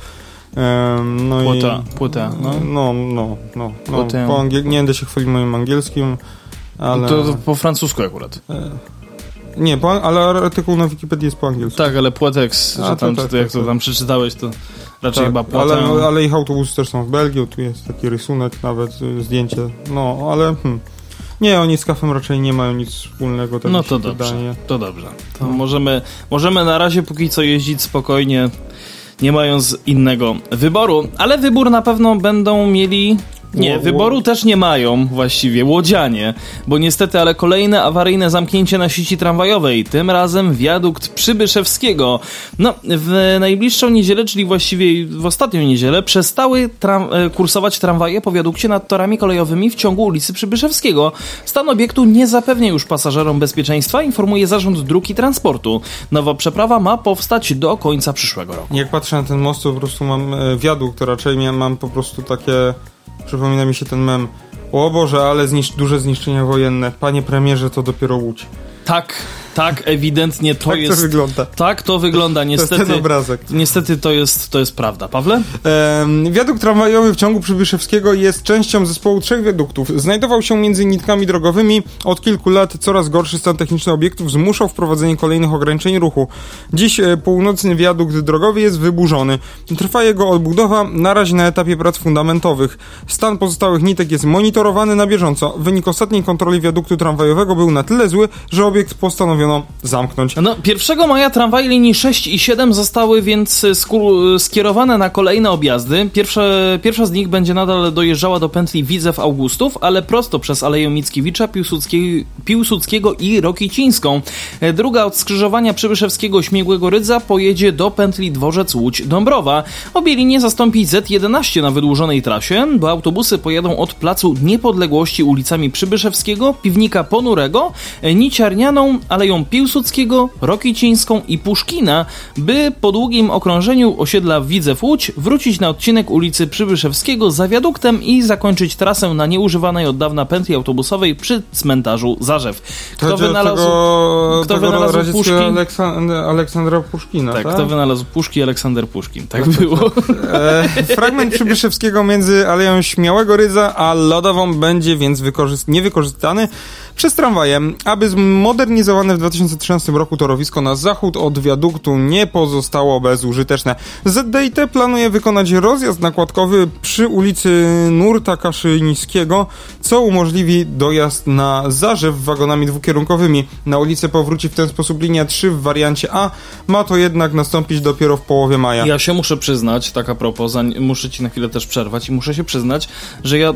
[SPEAKER 3] Um, no
[SPEAKER 2] Płota,
[SPEAKER 3] i,
[SPEAKER 2] płota, no.
[SPEAKER 3] No, no, no. no po angiel- nie będę się chwalił moim angielskim, ale...
[SPEAKER 2] To, to po francusku akurat.
[SPEAKER 3] E, nie, po, ale artykuł na Wikipedii jest po angielsku.
[SPEAKER 2] Tak, ale Płotex, że tam, to, tak, to, jak tak, to tam przeczytałeś, to raczej tak, chyba Płotę.
[SPEAKER 3] Ale, ale ich autobusy też są w Belgii, tu jest taki rysunek, nawet zdjęcie, no, ale... Hmm. Nie, oni z K A F-em raczej nie mają nic wspólnego. Tak
[SPEAKER 2] no to dobrze, wydaje. to dobrze. To no. możemy, możemy na razie póki co jeździć spokojnie, nie mając innego wyboru, ale wybór na pewno będą mieli... Nie, wyboru też nie mają właściwie łodzianie, bo niestety, ale kolejne awaryjne zamknięcie na sieci tramwajowej, tym razem wiadukt Przybyszewskiego. No, w najbliższą niedzielę, czyli właściwie w ostatnią niedzielę, przestały tram- kursować tramwaje po wiadukcie nad torami kolejowymi w ciągu ulicy Przybyszewskiego. Stan obiektu nie zapewnia już pasażerom bezpieczeństwa, informuje Zarząd Dróg i Transportu. Nowa przeprawa ma powstać do końca przyszłego roku.
[SPEAKER 3] Jak patrzę na ten most, to po prostu mam e, wiadukt, raczej miałem, mam po prostu takie... Przypomina mi się ten mem. O Boże, ale zniszcz- duże zniszczenia wojenne. Panie premierze, to dopiero Łódź.
[SPEAKER 2] Tak, tak, ewidentnie to
[SPEAKER 3] tak
[SPEAKER 2] jest...
[SPEAKER 3] Tak to wygląda.
[SPEAKER 2] Tak to wygląda, niestety.
[SPEAKER 3] To jest ten obrazek.
[SPEAKER 2] Niestety to jest, to jest prawda. Pawle?
[SPEAKER 3] Ehm, wiadukt tramwajowy w ciągu Przybyszewskiego jest częścią zespołu trzech wiaduktów. Znajdował się między nitkami drogowymi. Od kilku lat coraz gorszy stan techniczny obiektów zmuszał wprowadzenie kolejnych ograniczeń ruchu. Dziś e, północny wiadukt drogowy jest wyburzony. Trwa jego odbudowa, na razie na etapie prac fundamentowych. Stan pozostałych nitek jest monitorowany na bieżąco. Wynik ostatniej kontroli wiaduktu tramwajowego był na tyle zły, że obiekt postanowiono zamknąć.
[SPEAKER 2] No, pierwszego maja tramwaje linii sześć i siedem zostały więc sku- skierowane na kolejne objazdy. Pierwsze, pierwsza z nich będzie nadal dojeżdżała do pętli Widzew-Augustów, ale prosto przez Aleję Mickiewicza, Piłsudskiej, Piłsudskiego i Rokicińską. Druga od skrzyżowania Przybyszewskiego Śmigłego Rydza pojedzie do pętli Dworzec-Łódź-Dąbrowa. Obie linie zastąpi Z jedenaście na wydłużonej trasie, bo autobusy pojadą od Placu Niepodległości ulicami Przybyszewskiego, Piwnika Ponurego, Niciarnianą, Aleją Piłsudskiego, Rokicińską i Puszkina, by po długim okrążeniu osiedla Widzew-Łódź wrócić na odcinek ulicy Przybyszewskiego za wiaduktem i zakończyć trasę na nieużywanej od dawna pętli autobusowej przy cmentarzu Zarzew. Kto wynalazł,
[SPEAKER 3] tego,
[SPEAKER 2] kto
[SPEAKER 3] tego
[SPEAKER 2] wynalazł Puszkin?
[SPEAKER 3] Aleksan- Aleksandra Puszkina,
[SPEAKER 2] tak,
[SPEAKER 3] tak?
[SPEAKER 2] Kto wynalazł Puszki? Aleksander Puszkin. Tak no, było.
[SPEAKER 3] To, to, e, fragment Przybyszewskiego między Aleją Śmiałego Rydza a Lodową będzie więc wykorzyst- niewykorzystany przez tramwaje, aby zmodernizowane w dwa tysiące trzynastym roku torowisko na zachód od wiaduktu nie pozostało bezużyteczne. Z D I T planuje wykonać rozjazd nakładkowy przy ulicy Nurta Kaszyńskiego, co umożliwi dojazd na Zarzew wagonami dwukierunkowymi. Na ulicę powróci w ten sposób linia trzy w wariancie A. Ma to jednak nastąpić dopiero w połowie maja.
[SPEAKER 2] Ja się muszę przyznać, tak a propos, muszę ci na chwilę też przerwać i muszę się przyznać, że ja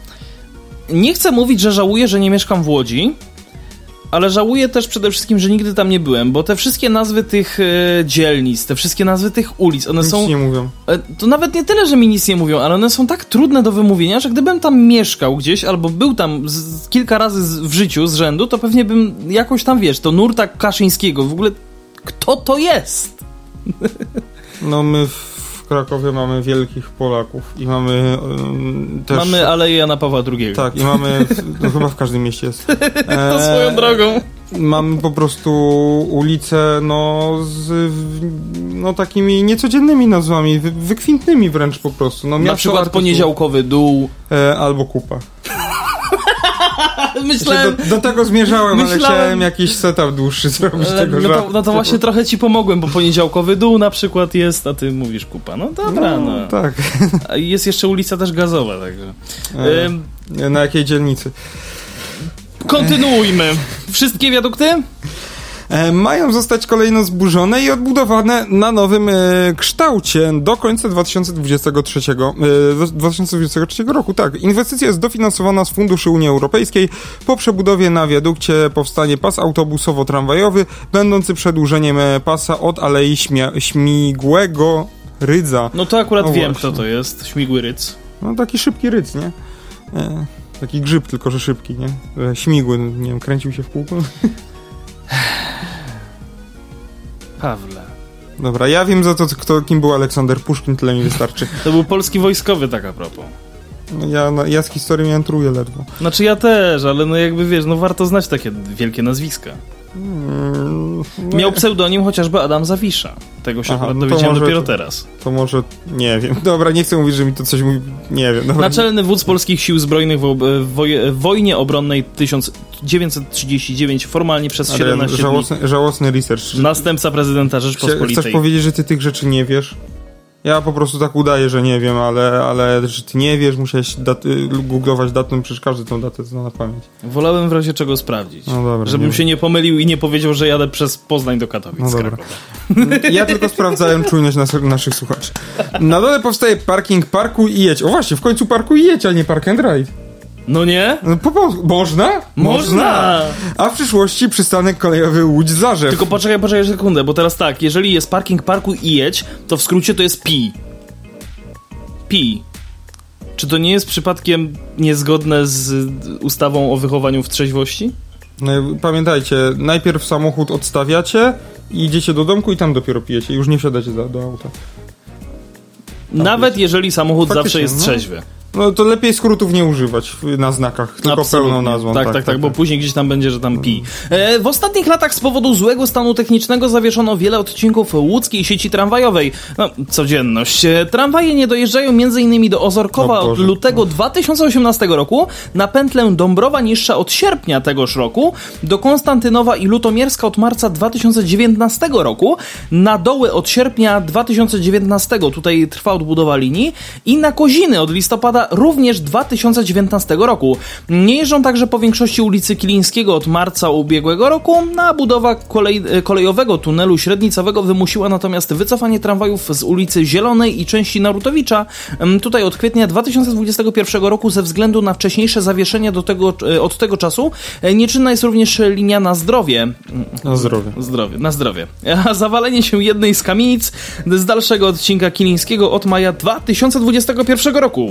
[SPEAKER 2] nie chcę mówić, że żałuję, że nie mieszkam w Łodzi, ale żałuję też przede wszystkim, że nigdy tam nie byłem, bo te wszystkie nazwy tych e, dzielnic, te wszystkie nazwy tych ulic, one
[SPEAKER 3] nic
[SPEAKER 2] są...
[SPEAKER 3] Nic nie mówią.
[SPEAKER 2] E, to nawet nie tyle, że mi nic nie mówią, ale one są tak trudne do wymówienia, że gdybym tam mieszkał gdzieś, albo był tam z, kilka razy z, w życiu z rzędu, to pewnie bym jakoś tam, wiesz, to Nurta Kaszyńskiego, w ogóle kto to jest?
[SPEAKER 3] No my w Krakowie mamy wielkich Polaków i mamy um, też...
[SPEAKER 2] Mamy Aleję Jana Pawła drugiego.
[SPEAKER 3] Tak, i mamy, no chyba w każdym mieście jest.
[SPEAKER 2] E, to swoją drogą.
[SPEAKER 3] Mamy po prostu ulice, no, z no, takimi niecodziennymi nazwami, wy, wykwintnymi wręcz po prostu. No,
[SPEAKER 2] na przykład artystów, Poniedziałkowy Dół.
[SPEAKER 3] E, albo Kupa.
[SPEAKER 2] Myślałem,
[SPEAKER 3] do, do tego zmierzałem,
[SPEAKER 2] myślałem,
[SPEAKER 3] ale chciałem jakiś setup dłuższy zrobić
[SPEAKER 2] ale,
[SPEAKER 3] tego
[SPEAKER 2] no
[SPEAKER 3] żartu.
[SPEAKER 2] to, no to właśnie trochę ci pomogłem, bo Poniedziałkowy Dół na przykład jest, a ty mówisz Kupa. No dobra, no.
[SPEAKER 3] no. Tak.
[SPEAKER 2] A jest jeszcze ulica też Gazowa, także.
[SPEAKER 3] E, Ym, na jakiej dzielnicy?
[SPEAKER 2] Kontynuujmy. Wszystkie wiadukty?
[SPEAKER 3] E, mają zostać kolejno zburzone i odbudowane na nowym e, kształcie do końca dwa tysiące dwudziestego trzeciego, e, dwa tysiące dwudziestego trzeciego roku. Tak, inwestycja jest dofinansowana z funduszy Unii Europejskiej. Po przebudowę na wiadukcie powstanie pas autobusowo-tramwajowy, będący przedłużeniem pasa od Alei Śmia- Śmigłego Rydza.
[SPEAKER 2] No to akurat
[SPEAKER 3] no
[SPEAKER 2] wiem,
[SPEAKER 3] właśnie.
[SPEAKER 2] kto to jest. Śmigły Rydz.
[SPEAKER 3] No taki szybki rydz, nie? E, taki grzyb, tylko że szybki, nie? E, śmigły, nie wiem, kręcił się w kółko.
[SPEAKER 2] Pawle.
[SPEAKER 3] Dobra, ja wiem za to, kto, kim był Aleksander Puszkin, tyle mi wystarczy.
[SPEAKER 2] To był polski wojskowy, tak a propos.
[SPEAKER 3] Ja, no, ja z historii miałem truje ledwo.
[SPEAKER 2] Znaczy ja też, ale no jakby wiesz, no warto znać takie wielkie nazwiska.
[SPEAKER 3] Hmm, no
[SPEAKER 2] Miał pseudonim chociażby Adam Zawisza. Tego się
[SPEAKER 3] Aha,
[SPEAKER 2] akurat
[SPEAKER 3] no to
[SPEAKER 2] dowiedziałem
[SPEAKER 3] może
[SPEAKER 2] dopiero
[SPEAKER 3] to-
[SPEAKER 2] teraz.
[SPEAKER 3] To może, nie wiem. Dobra, nie chcę mówić, że mi to coś mówi, nie wiem. Dobra.
[SPEAKER 2] Naczelny wódz polskich sił zbrojnych w, w, woje, w wojnie obronnej tysiąc dziewięćset trzydziestej dziewiątej formalnie przez
[SPEAKER 3] Ale
[SPEAKER 2] siedemnaście
[SPEAKER 3] żałosny, żałosny research.
[SPEAKER 2] dni. Następca prezydenta
[SPEAKER 3] Chcia-
[SPEAKER 2] Rzeczpospolitej.
[SPEAKER 3] Chcesz powiedzieć, że ty tych rzeczy nie wiesz? Ja po prostu tak udaję, że nie wiem, ale, ale że ty nie wiesz, musiałeś dat- googlować datę, przecież każdy tą datę zna na pamięć.
[SPEAKER 2] Wolałem w razie czego sprawdzić.
[SPEAKER 3] No dobra,
[SPEAKER 2] żebym
[SPEAKER 3] nie
[SPEAKER 2] się nie pomylił i nie powiedział, że jadę przez Poznań do Katowic.
[SPEAKER 3] No
[SPEAKER 2] z
[SPEAKER 3] dobra.
[SPEAKER 2] Krakowa.
[SPEAKER 3] Ja tylko sprawdzałem czujność nas, naszych słuchaczy. Na dole powstaje parking Parkuj i jedź. O właśnie, w końcu Parkuj i jedź, a nie Park and Ride.
[SPEAKER 2] No nie?
[SPEAKER 3] No, po, po, można?
[SPEAKER 2] Można!
[SPEAKER 3] A w przyszłości przystanek kolejowy Łódź-Zarzew.
[SPEAKER 2] Tylko poczekaj, poczekaj sekundę, bo teraz tak, jeżeli jest parking, parkuj i jedź, to w skrócie to jest P I. P I. Czy to nie jest przypadkiem niezgodne z ustawą o wychowaniu w trzeźwości?
[SPEAKER 3] No, pamiętajcie, najpierw samochód odstawiacie i idziecie do domku i tam dopiero pijecie. Już nie wsiadacie do, do auta.
[SPEAKER 2] Nawet
[SPEAKER 3] jest.
[SPEAKER 2] jeżeli samochód
[SPEAKER 3] Faktycznie,
[SPEAKER 2] zawsze jest
[SPEAKER 3] no.
[SPEAKER 2] trzeźwy.
[SPEAKER 3] No to lepiej skrótów nie używać w- na znakach, tylko
[SPEAKER 2] Absolutnie.
[SPEAKER 3] pełną nazwą.
[SPEAKER 2] Tak, tak, tak, tak, bo później gdzieś tam będzie, że tam pi. E, w ostatnich latach z powodu złego stanu technicznego zawieszono wiele odcinków łódzkiej sieci tramwajowej. No, codzienność. E, tramwaje nie dojeżdżają m.in. do Ozorkowa
[SPEAKER 3] O
[SPEAKER 2] od
[SPEAKER 3] Boże.
[SPEAKER 2] lutego dwa tysiące osiemnastego roku, na pętlę Dąbrowa Niższa od sierpnia tegoż roku, do Konstantynowa i Lutomierska od marca dwa tysiące dziewiętnastego roku, na Doły od sierpnia dwa tysiące dziewiętnastego, tutaj trwa odbudowa linii, i na Koziny od listopada również dwa tysiące dziewiętnastego roku. Nie jeżdżą także po większości ulicy Kilińskiego od marca ubiegłego roku, a budowa kolej, kolejowego tunelu średnicowego wymusiła natomiast wycofanie tramwajów z ulicy Zielonej i części Narutowicza. Tutaj od kwietnia dwa tysiące dwudziestego pierwszego roku ze względu na wcześniejsze zawieszenia do tego, od tego czasu nieczynna jest również linia na zdrowie.
[SPEAKER 3] Na zdrowie.
[SPEAKER 2] Zdrowie, na zdrowie. A zawalenie się jednej z kamienic z dalszego odcinka Kilińskiego od maja dwa tysiące dwudziestego pierwszego roku.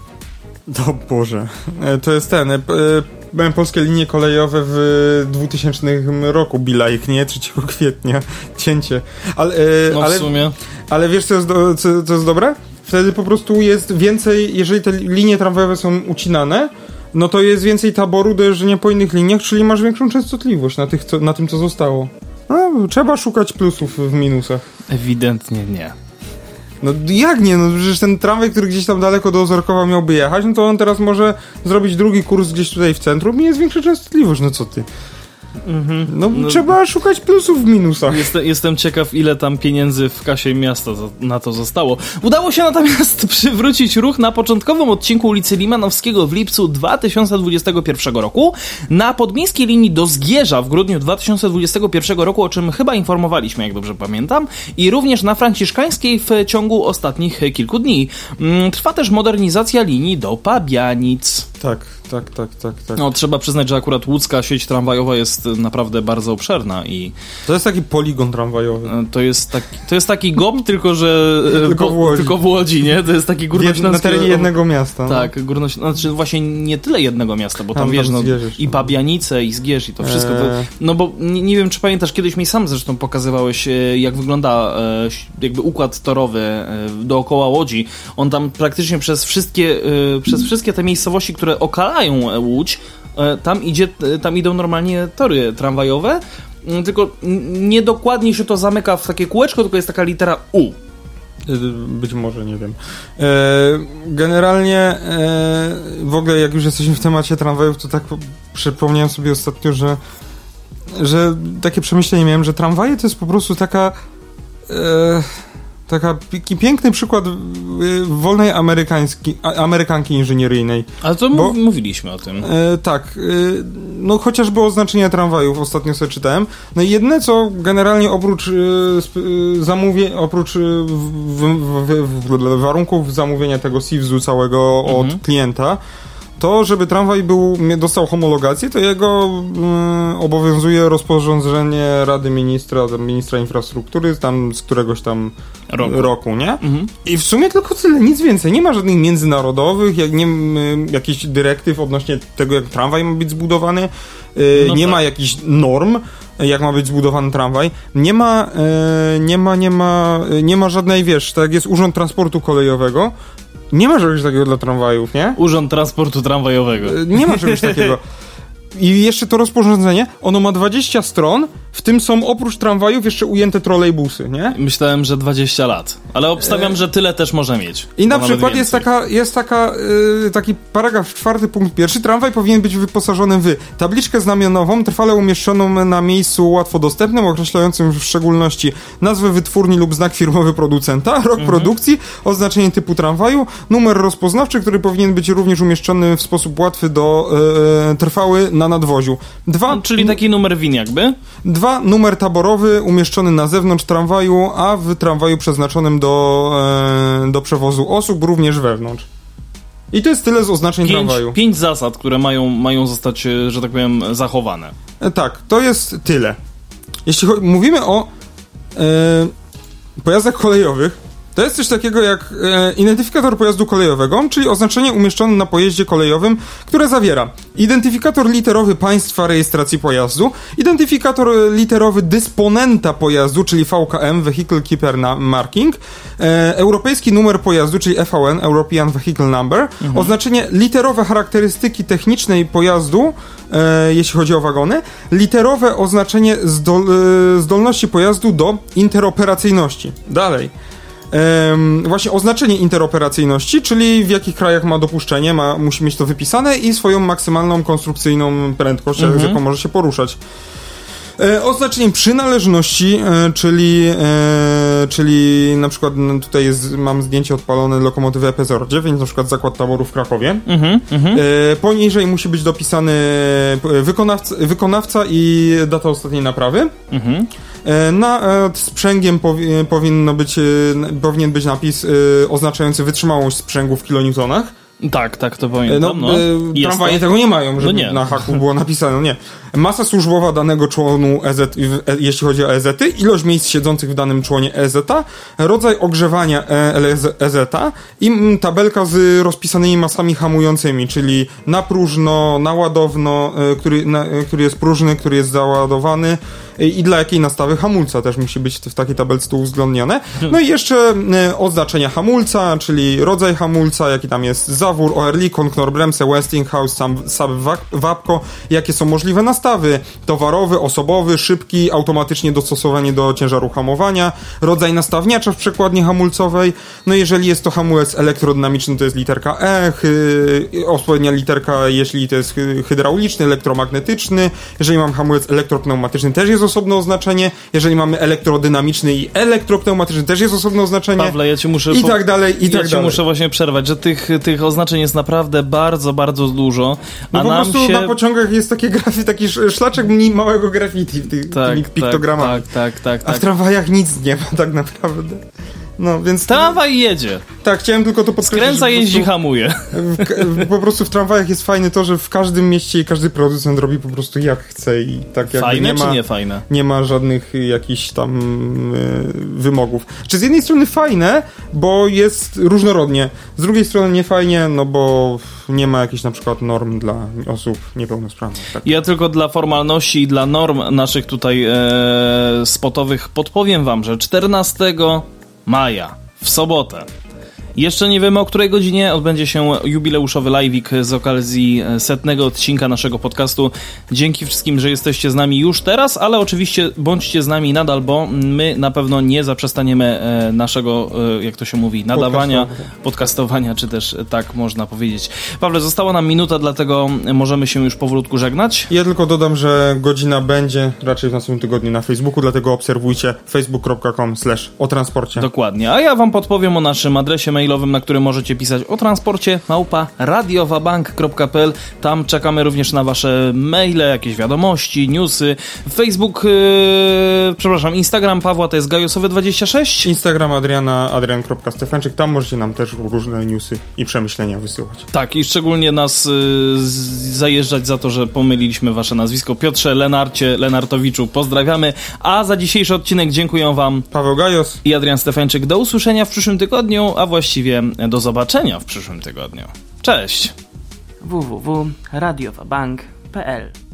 [SPEAKER 3] O Boże. E, To jest ten... E, e, polskie linie kolejowe w dwutysięcznym roku, Bilajk, nie? trzeciego kwietnia. Cięcie. Ale, e,
[SPEAKER 2] No w
[SPEAKER 3] ale,
[SPEAKER 2] sumie.
[SPEAKER 3] ale wiesz, co jest, do, co, co jest dobre? Wtedy po prostu jest więcej, jeżeli te linie tramwajowe są ucinane, no to jest więcej taboru do jeżdżenia po innych liniach, czyli masz większą częstotliwość na, tych, co, na tym, co zostało. No, trzeba szukać plusów w minusach.
[SPEAKER 2] Ewidentnie nie.
[SPEAKER 3] No jak nie? No przecież ten tramwaj, który gdzieś tam daleko do Ozorkowa miałby jechać, no to on teraz może zrobić drugi kurs gdzieś tutaj w centrum i jest większa częstotliwość. No co ty?
[SPEAKER 2] Mhm.
[SPEAKER 3] No,
[SPEAKER 2] No,
[SPEAKER 3] trzeba szukać plusów w minusach.
[SPEAKER 2] Jestem, jestem ciekaw, ile tam pieniędzy w kasie miasta za- na to zostało. Udało się natomiast przywrócić ruch na początkowym odcinku ulicy Limanowskiego w lipcu dwa tysiące dwudziestego pierwszego roku, na podmiejskiej linii do Zgierza w grudniu dwa tysiące dwudziestego pierwszego roku, o czym chyba informowaliśmy, jak dobrze pamiętam, i również na Franciszkańskiej w ciągu ostatnich kilku dni. Mm, Trwa też modernizacja linii do Pabianic.
[SPEAKER 3] Tak, tak, tak, tak, tak.
[SPEAKER 2] No, trzeba przyznać, że akurat łódzka sieć tramwajowa jest naprawdę bardzo obszerna i...
[SPEAKER 3] To jest taki poligon tramwajowy.
[SPEAKER 2] To jest taki, to jest taki G O P, tylko że...
[SPEAKER 3] tylko, w Łodzi.
[SPEAKER 2] tylko w Łodzi, nie? To jest taki górnośląski...
[SPEAKER 3] Na terenie jednego miasta. No.
[SPEAKER 2] Tak, górnoś... znaczy właśnie nie tyle jednego miasta, bo tam, tam wiesz, no, i Pabianice, i Zgierz, i to wszystko. To, no bo nie, nie wiem, czy pamiętasz, kiedyś mi sam zresztą pokazywałeś, jak wygląda jakby układ torowy dookoła Łodzi. On tam praktycznie przez wszystkie, przez wszystkie te miejscowości, które okalają Łódź, tam, idzie, tam idą normalnie tory tramwajowe, tylko niedokładnie się to zamyka w takie kółeczko, tylko jest taka litera U.
[SPEAKER 3] Być może, nie wiem. E, generalnie e, w ogóle jak już jesteśmy w temacie tramwajów, to tak przypomniałem sobie ostatnio, że że takie przemyślenie miałem, że tramwaje to jest po prostu taka e, taka piękny przykład wolnej amerykański, amerykanki inżynieryjnej.
[SPEAKER 2] Ale to Bo, mówiliśmy o tym.
[SPEAKER 3] E, tak. E, no chociażby oznaczenia tramwajów ostatnio sobie czytałem. No i jedne, co generalnie oprócz e, zamówień, oprócz e, w, w, w, warunków zamówienia tego S I V-u całego od mhm. klienta, to, żeby tramwaj był, dostał homologację, to jego y, obowiązuje rozporządzenie Rady Ministra, Ministra Infrastruktury, tam z któregoś tam roku, roku nie? Mhm. I w sumie tylko tyle, nic więcej. Nie ma żadnych międzynarodowych, jak nie, y, jakichś dyrektyw odnośnie tego, jak tramwaj ma być zbudowany, y, no nie tak. ma jakichś norm, jak ma być zbudowany tramwaj. Nie ma, y, nie ma, nie ma, nie ma żadnej, wiesz, tak jak jest Urząd Transportu Kolejowego, nie ma czegoś takiego dla tramwajów, nie?
[SPEAKER 2] Urząd Transportu Tramwajowego.
[SPEAKER 3] Nie ma czegoś takiego. I jeszcze to rozporządzenie, ono ma dwadzieścia stron, w tym są oprócz tramwajów jeszcze ujęte trolejbusy, nie?
[SPEAKER 2] Myślałem, że dwadzieścia lat, ale obstawiam, e... że tyle też może mieć.
[SPEAKER 3] I na przykład jest taka, jest taka yy, taki paragraf czwarty, punkt pierwszy. Tramwaj powinien być wyposażony w tabliczkę znamionową, trwale umieszczoną na miejscu łatwo dostępnym, określającym w szczególności nazwę wytwórni lub znak firmowy producenta, rok mhm. produkcji, oznaczenie typu tramwaju, numer rozpoznawczy, który powinien być również umieszczony w sposób łatwy do yy, trwały na nadwoziu. Dwa,
[SPEAKER 2] no, czyli taki numer win jakby?
[SPEAKER 3] Dwa, numer taborowy umieszczony na zewnątrz tramwaju, a w tramwaju przeznaczonym do, e, do przewozu osób, również wewnątrz. I to jest tyle z oznaczeń
[SPEAKER 2] pięć,
[SPEAKER 3] tramwaju.
[SPEAKER 2] Pięć zasad, które mają, mają zostać, że tak powiem, zachowane.
[SPEAKER 3] E, tak, to jest tyle. Jeśli cho- mówimy o e, pojazdach kolejowych, to jest coś takiego jak e, identyfikator pojazdu kolejowego, czyli oznaczenie umieszczone na pojeździe kolejowym, które zawiera identyfikator literowy państwa rejestracji pojazdu, identyfikator literowy dysponenta pojazdu, czyli V K M, Vehicle Keeper Marking, e, europejski numer pojazdu, czyli E V N, European Vehicle Number, mhm. oznaczenie literowe charakterystyki technicznej pojazdu, e, jeśli chodzi o wagony, literowe oznaczenie zdol, e, zdolności pojazdu do interoperacyjności. Dalej. Um, właśnie oznaczenie interoperacyjności, czyli w jakich krajach ma dopuszczenie, ma, musi mieć to wypisane i swoją maksymalną konstrukcyjną prędkość, mm-hmm. z jaką może się poruszać. E, oznaczenie przynależności, e, czyli, e, czyli na przykład no, tutaj jest, mam zdjęcie odpalone lokomotywy E P zero dziewięć, na przykład zakład taboru w Krakowie. Mm-hmm, mm-hmm. E, poniżej musi być dopisany wykonawca, wykonawca i data ostatniej naprawy. Mm-hmm. Nad sprzęgiem powi- powinno być, powinien być napis y, oznaczający wytrzymałość sprzęgu w kilonewtonach.
[SPEAKER 2] Tak, tak, to pamiętam. No,
[SPEAKER 3] no, y, tramwaje to... tego nie mają, żeby no nie. na haku było napisane. No nie. Masa służbowa danego członu E Z, jeśli chodzi o E Z-y, ilość miejsc siedzących w danym członie E Z-a, rodzaj ogrzewania E Z-a i tabelka z rozpisanymi masami hamującymi, czyli na próżno, na ładowno, który, na, który jest próżny, który jest załadowany i dla jakiej nastawy hamulca też musi być w takiej tabelce to uwzględnione. No i jeszcze oznaczenia hamulca, czyli rodzaj hamulca, jaki tam jest zawór, O R L I, Knorr-Bremse, Westinghouse, Sub-Wapco, jakie są możliwe nastawy, towarowy, osobowy, szybki, automatycznie dostosowanie do ciężaru hamowania, rodzaj nastawniacza w przekładni hamulcowej, no jeżeli jest to hamulec elektrodynamiczny, to jest literka E, hy, odpowiednia literka, jeśli to jest hydrauliczny, elektromagnetyczny, jeżeli mam hamulec elektropneumatyczny, też jest osobne oznaczenie, jeżeli mamy elektrodynamiczny i elektropneumatyczny, też jest osobne oznaczenie.
[SPEAKER 2] Pawle, ja ci muszę...
[SPEAKER 3] I tak dalej, i
[SPEAKER 2] ja
[SPEAKER 3] tak
[SPEAKER 2] ci
[SPEAKER 3] dalej.
[SPEAKER 2] muszę właśnie przerwać, że tych, tych oznaczeń jest naprawdę bardzo, bardzo dużo, a
[SPEAKER 3] no po
[SPEAKER 2] nam
[SPEAKER 3] prostu
[SPEAKER 2] się...
[SPEAKER 3] na pociągach jest takie grafi, taki szlaczek mini małego graffiti w tych
[SPEAKER 2] tak,
[SPEAKER 3] tymi piktogramami.
[SPEAKER 2] Tak, tak, tak, tak,
[SPEAKER 3] a w tramwajach nic nie ma tak naprawdę. No, więc...
[SPEAKER 2] Tramwaj jedzie.
[SPEAKER 3] Tak, chciałem tylko to podkreślić.
[SPEAKER 2] Skręca, jeździ, hamuje.
[SPEAKER 3] W, po prostu w tramwajach jest fajne to, że w każdym mieście i każdy producent robi po prostu jak chce i tak jakby
[SPEAKER 2] fajne
[SPEAKER 3] nie ma,
[SPEAKER 2] czy nie fajne?
[SPEAKER 3] Nie ma żadnych jakichś tam y, wymogów. Czy z jednej strony fajne, bo jest różnorodnie, z drugiej strony nie fajnie, no bo nie ma jakichś na przykład norm dla osób niepełnosprawnych. Tak.
[SPEAKER 2] Ja tylko dla formalności i dla norm naszych tutaj e, spotowych podpowiem wam, że czternastego maja w sobotę, jeszcze nie wiemy o której godzinie, odbędzie się jubileuszowy live'ik z okazji setnego odcinka naszego podcastu. Dzięki wszystkim, że jesteście z nami już teraz, ale oczywiście bądźcie z nami nadal, bo my na pewno nie zaprzestaniemy naszego, jak to się mówi, nadawania, podcastowania, czy też tak można powiedzieć. Pawle, została nam minuta, dlatego możemy się już powolutku żegnać.
[SPEAKER 3] Ja tylko dodam, że godzina będzie raczej w następnym tygodniu na Facebooku, dlatego obserwujcie facebook kropka com slash o transporcie.
[SPEAKER 2] Dokładnie, a ja wam podpowiem o naszym adresie mailowym, na którym możecie pisać o transporcie, małpa radiowabank kropka p l. Tam czekamy również na wasze maile, jakieś wiadomości, newsy. Facebook, yy, przepraszam, Instagram Pawła to jest gajosowy dwadzieścia sześć.
[SPEAKER 3] Instagram Adriana, adrian kropka stefanczyk. Tam możecie nam też różne newsy i przemyślenia wysyłać.
[SPEAKER 2] Tak, i szczególnie nas yy, zajeżdżać za to, że pomyliliśmy wasze nazwisko. Piotrze Lenarcie, Lenartowiczu, pozdrawiamy. A za dzisiejszy odcinek dziękuję wam
[SPEAKER 3] Paweł Gajos
[SPEAKER 2] i Adrian Stefańczyk. Do usłyszenia w przyszłym tygodniu, a właściwie do zobaczenia w przyszłym tygodniu. Cześć!
[SPEAKER 1] w w w kropka radiowabank kropka p l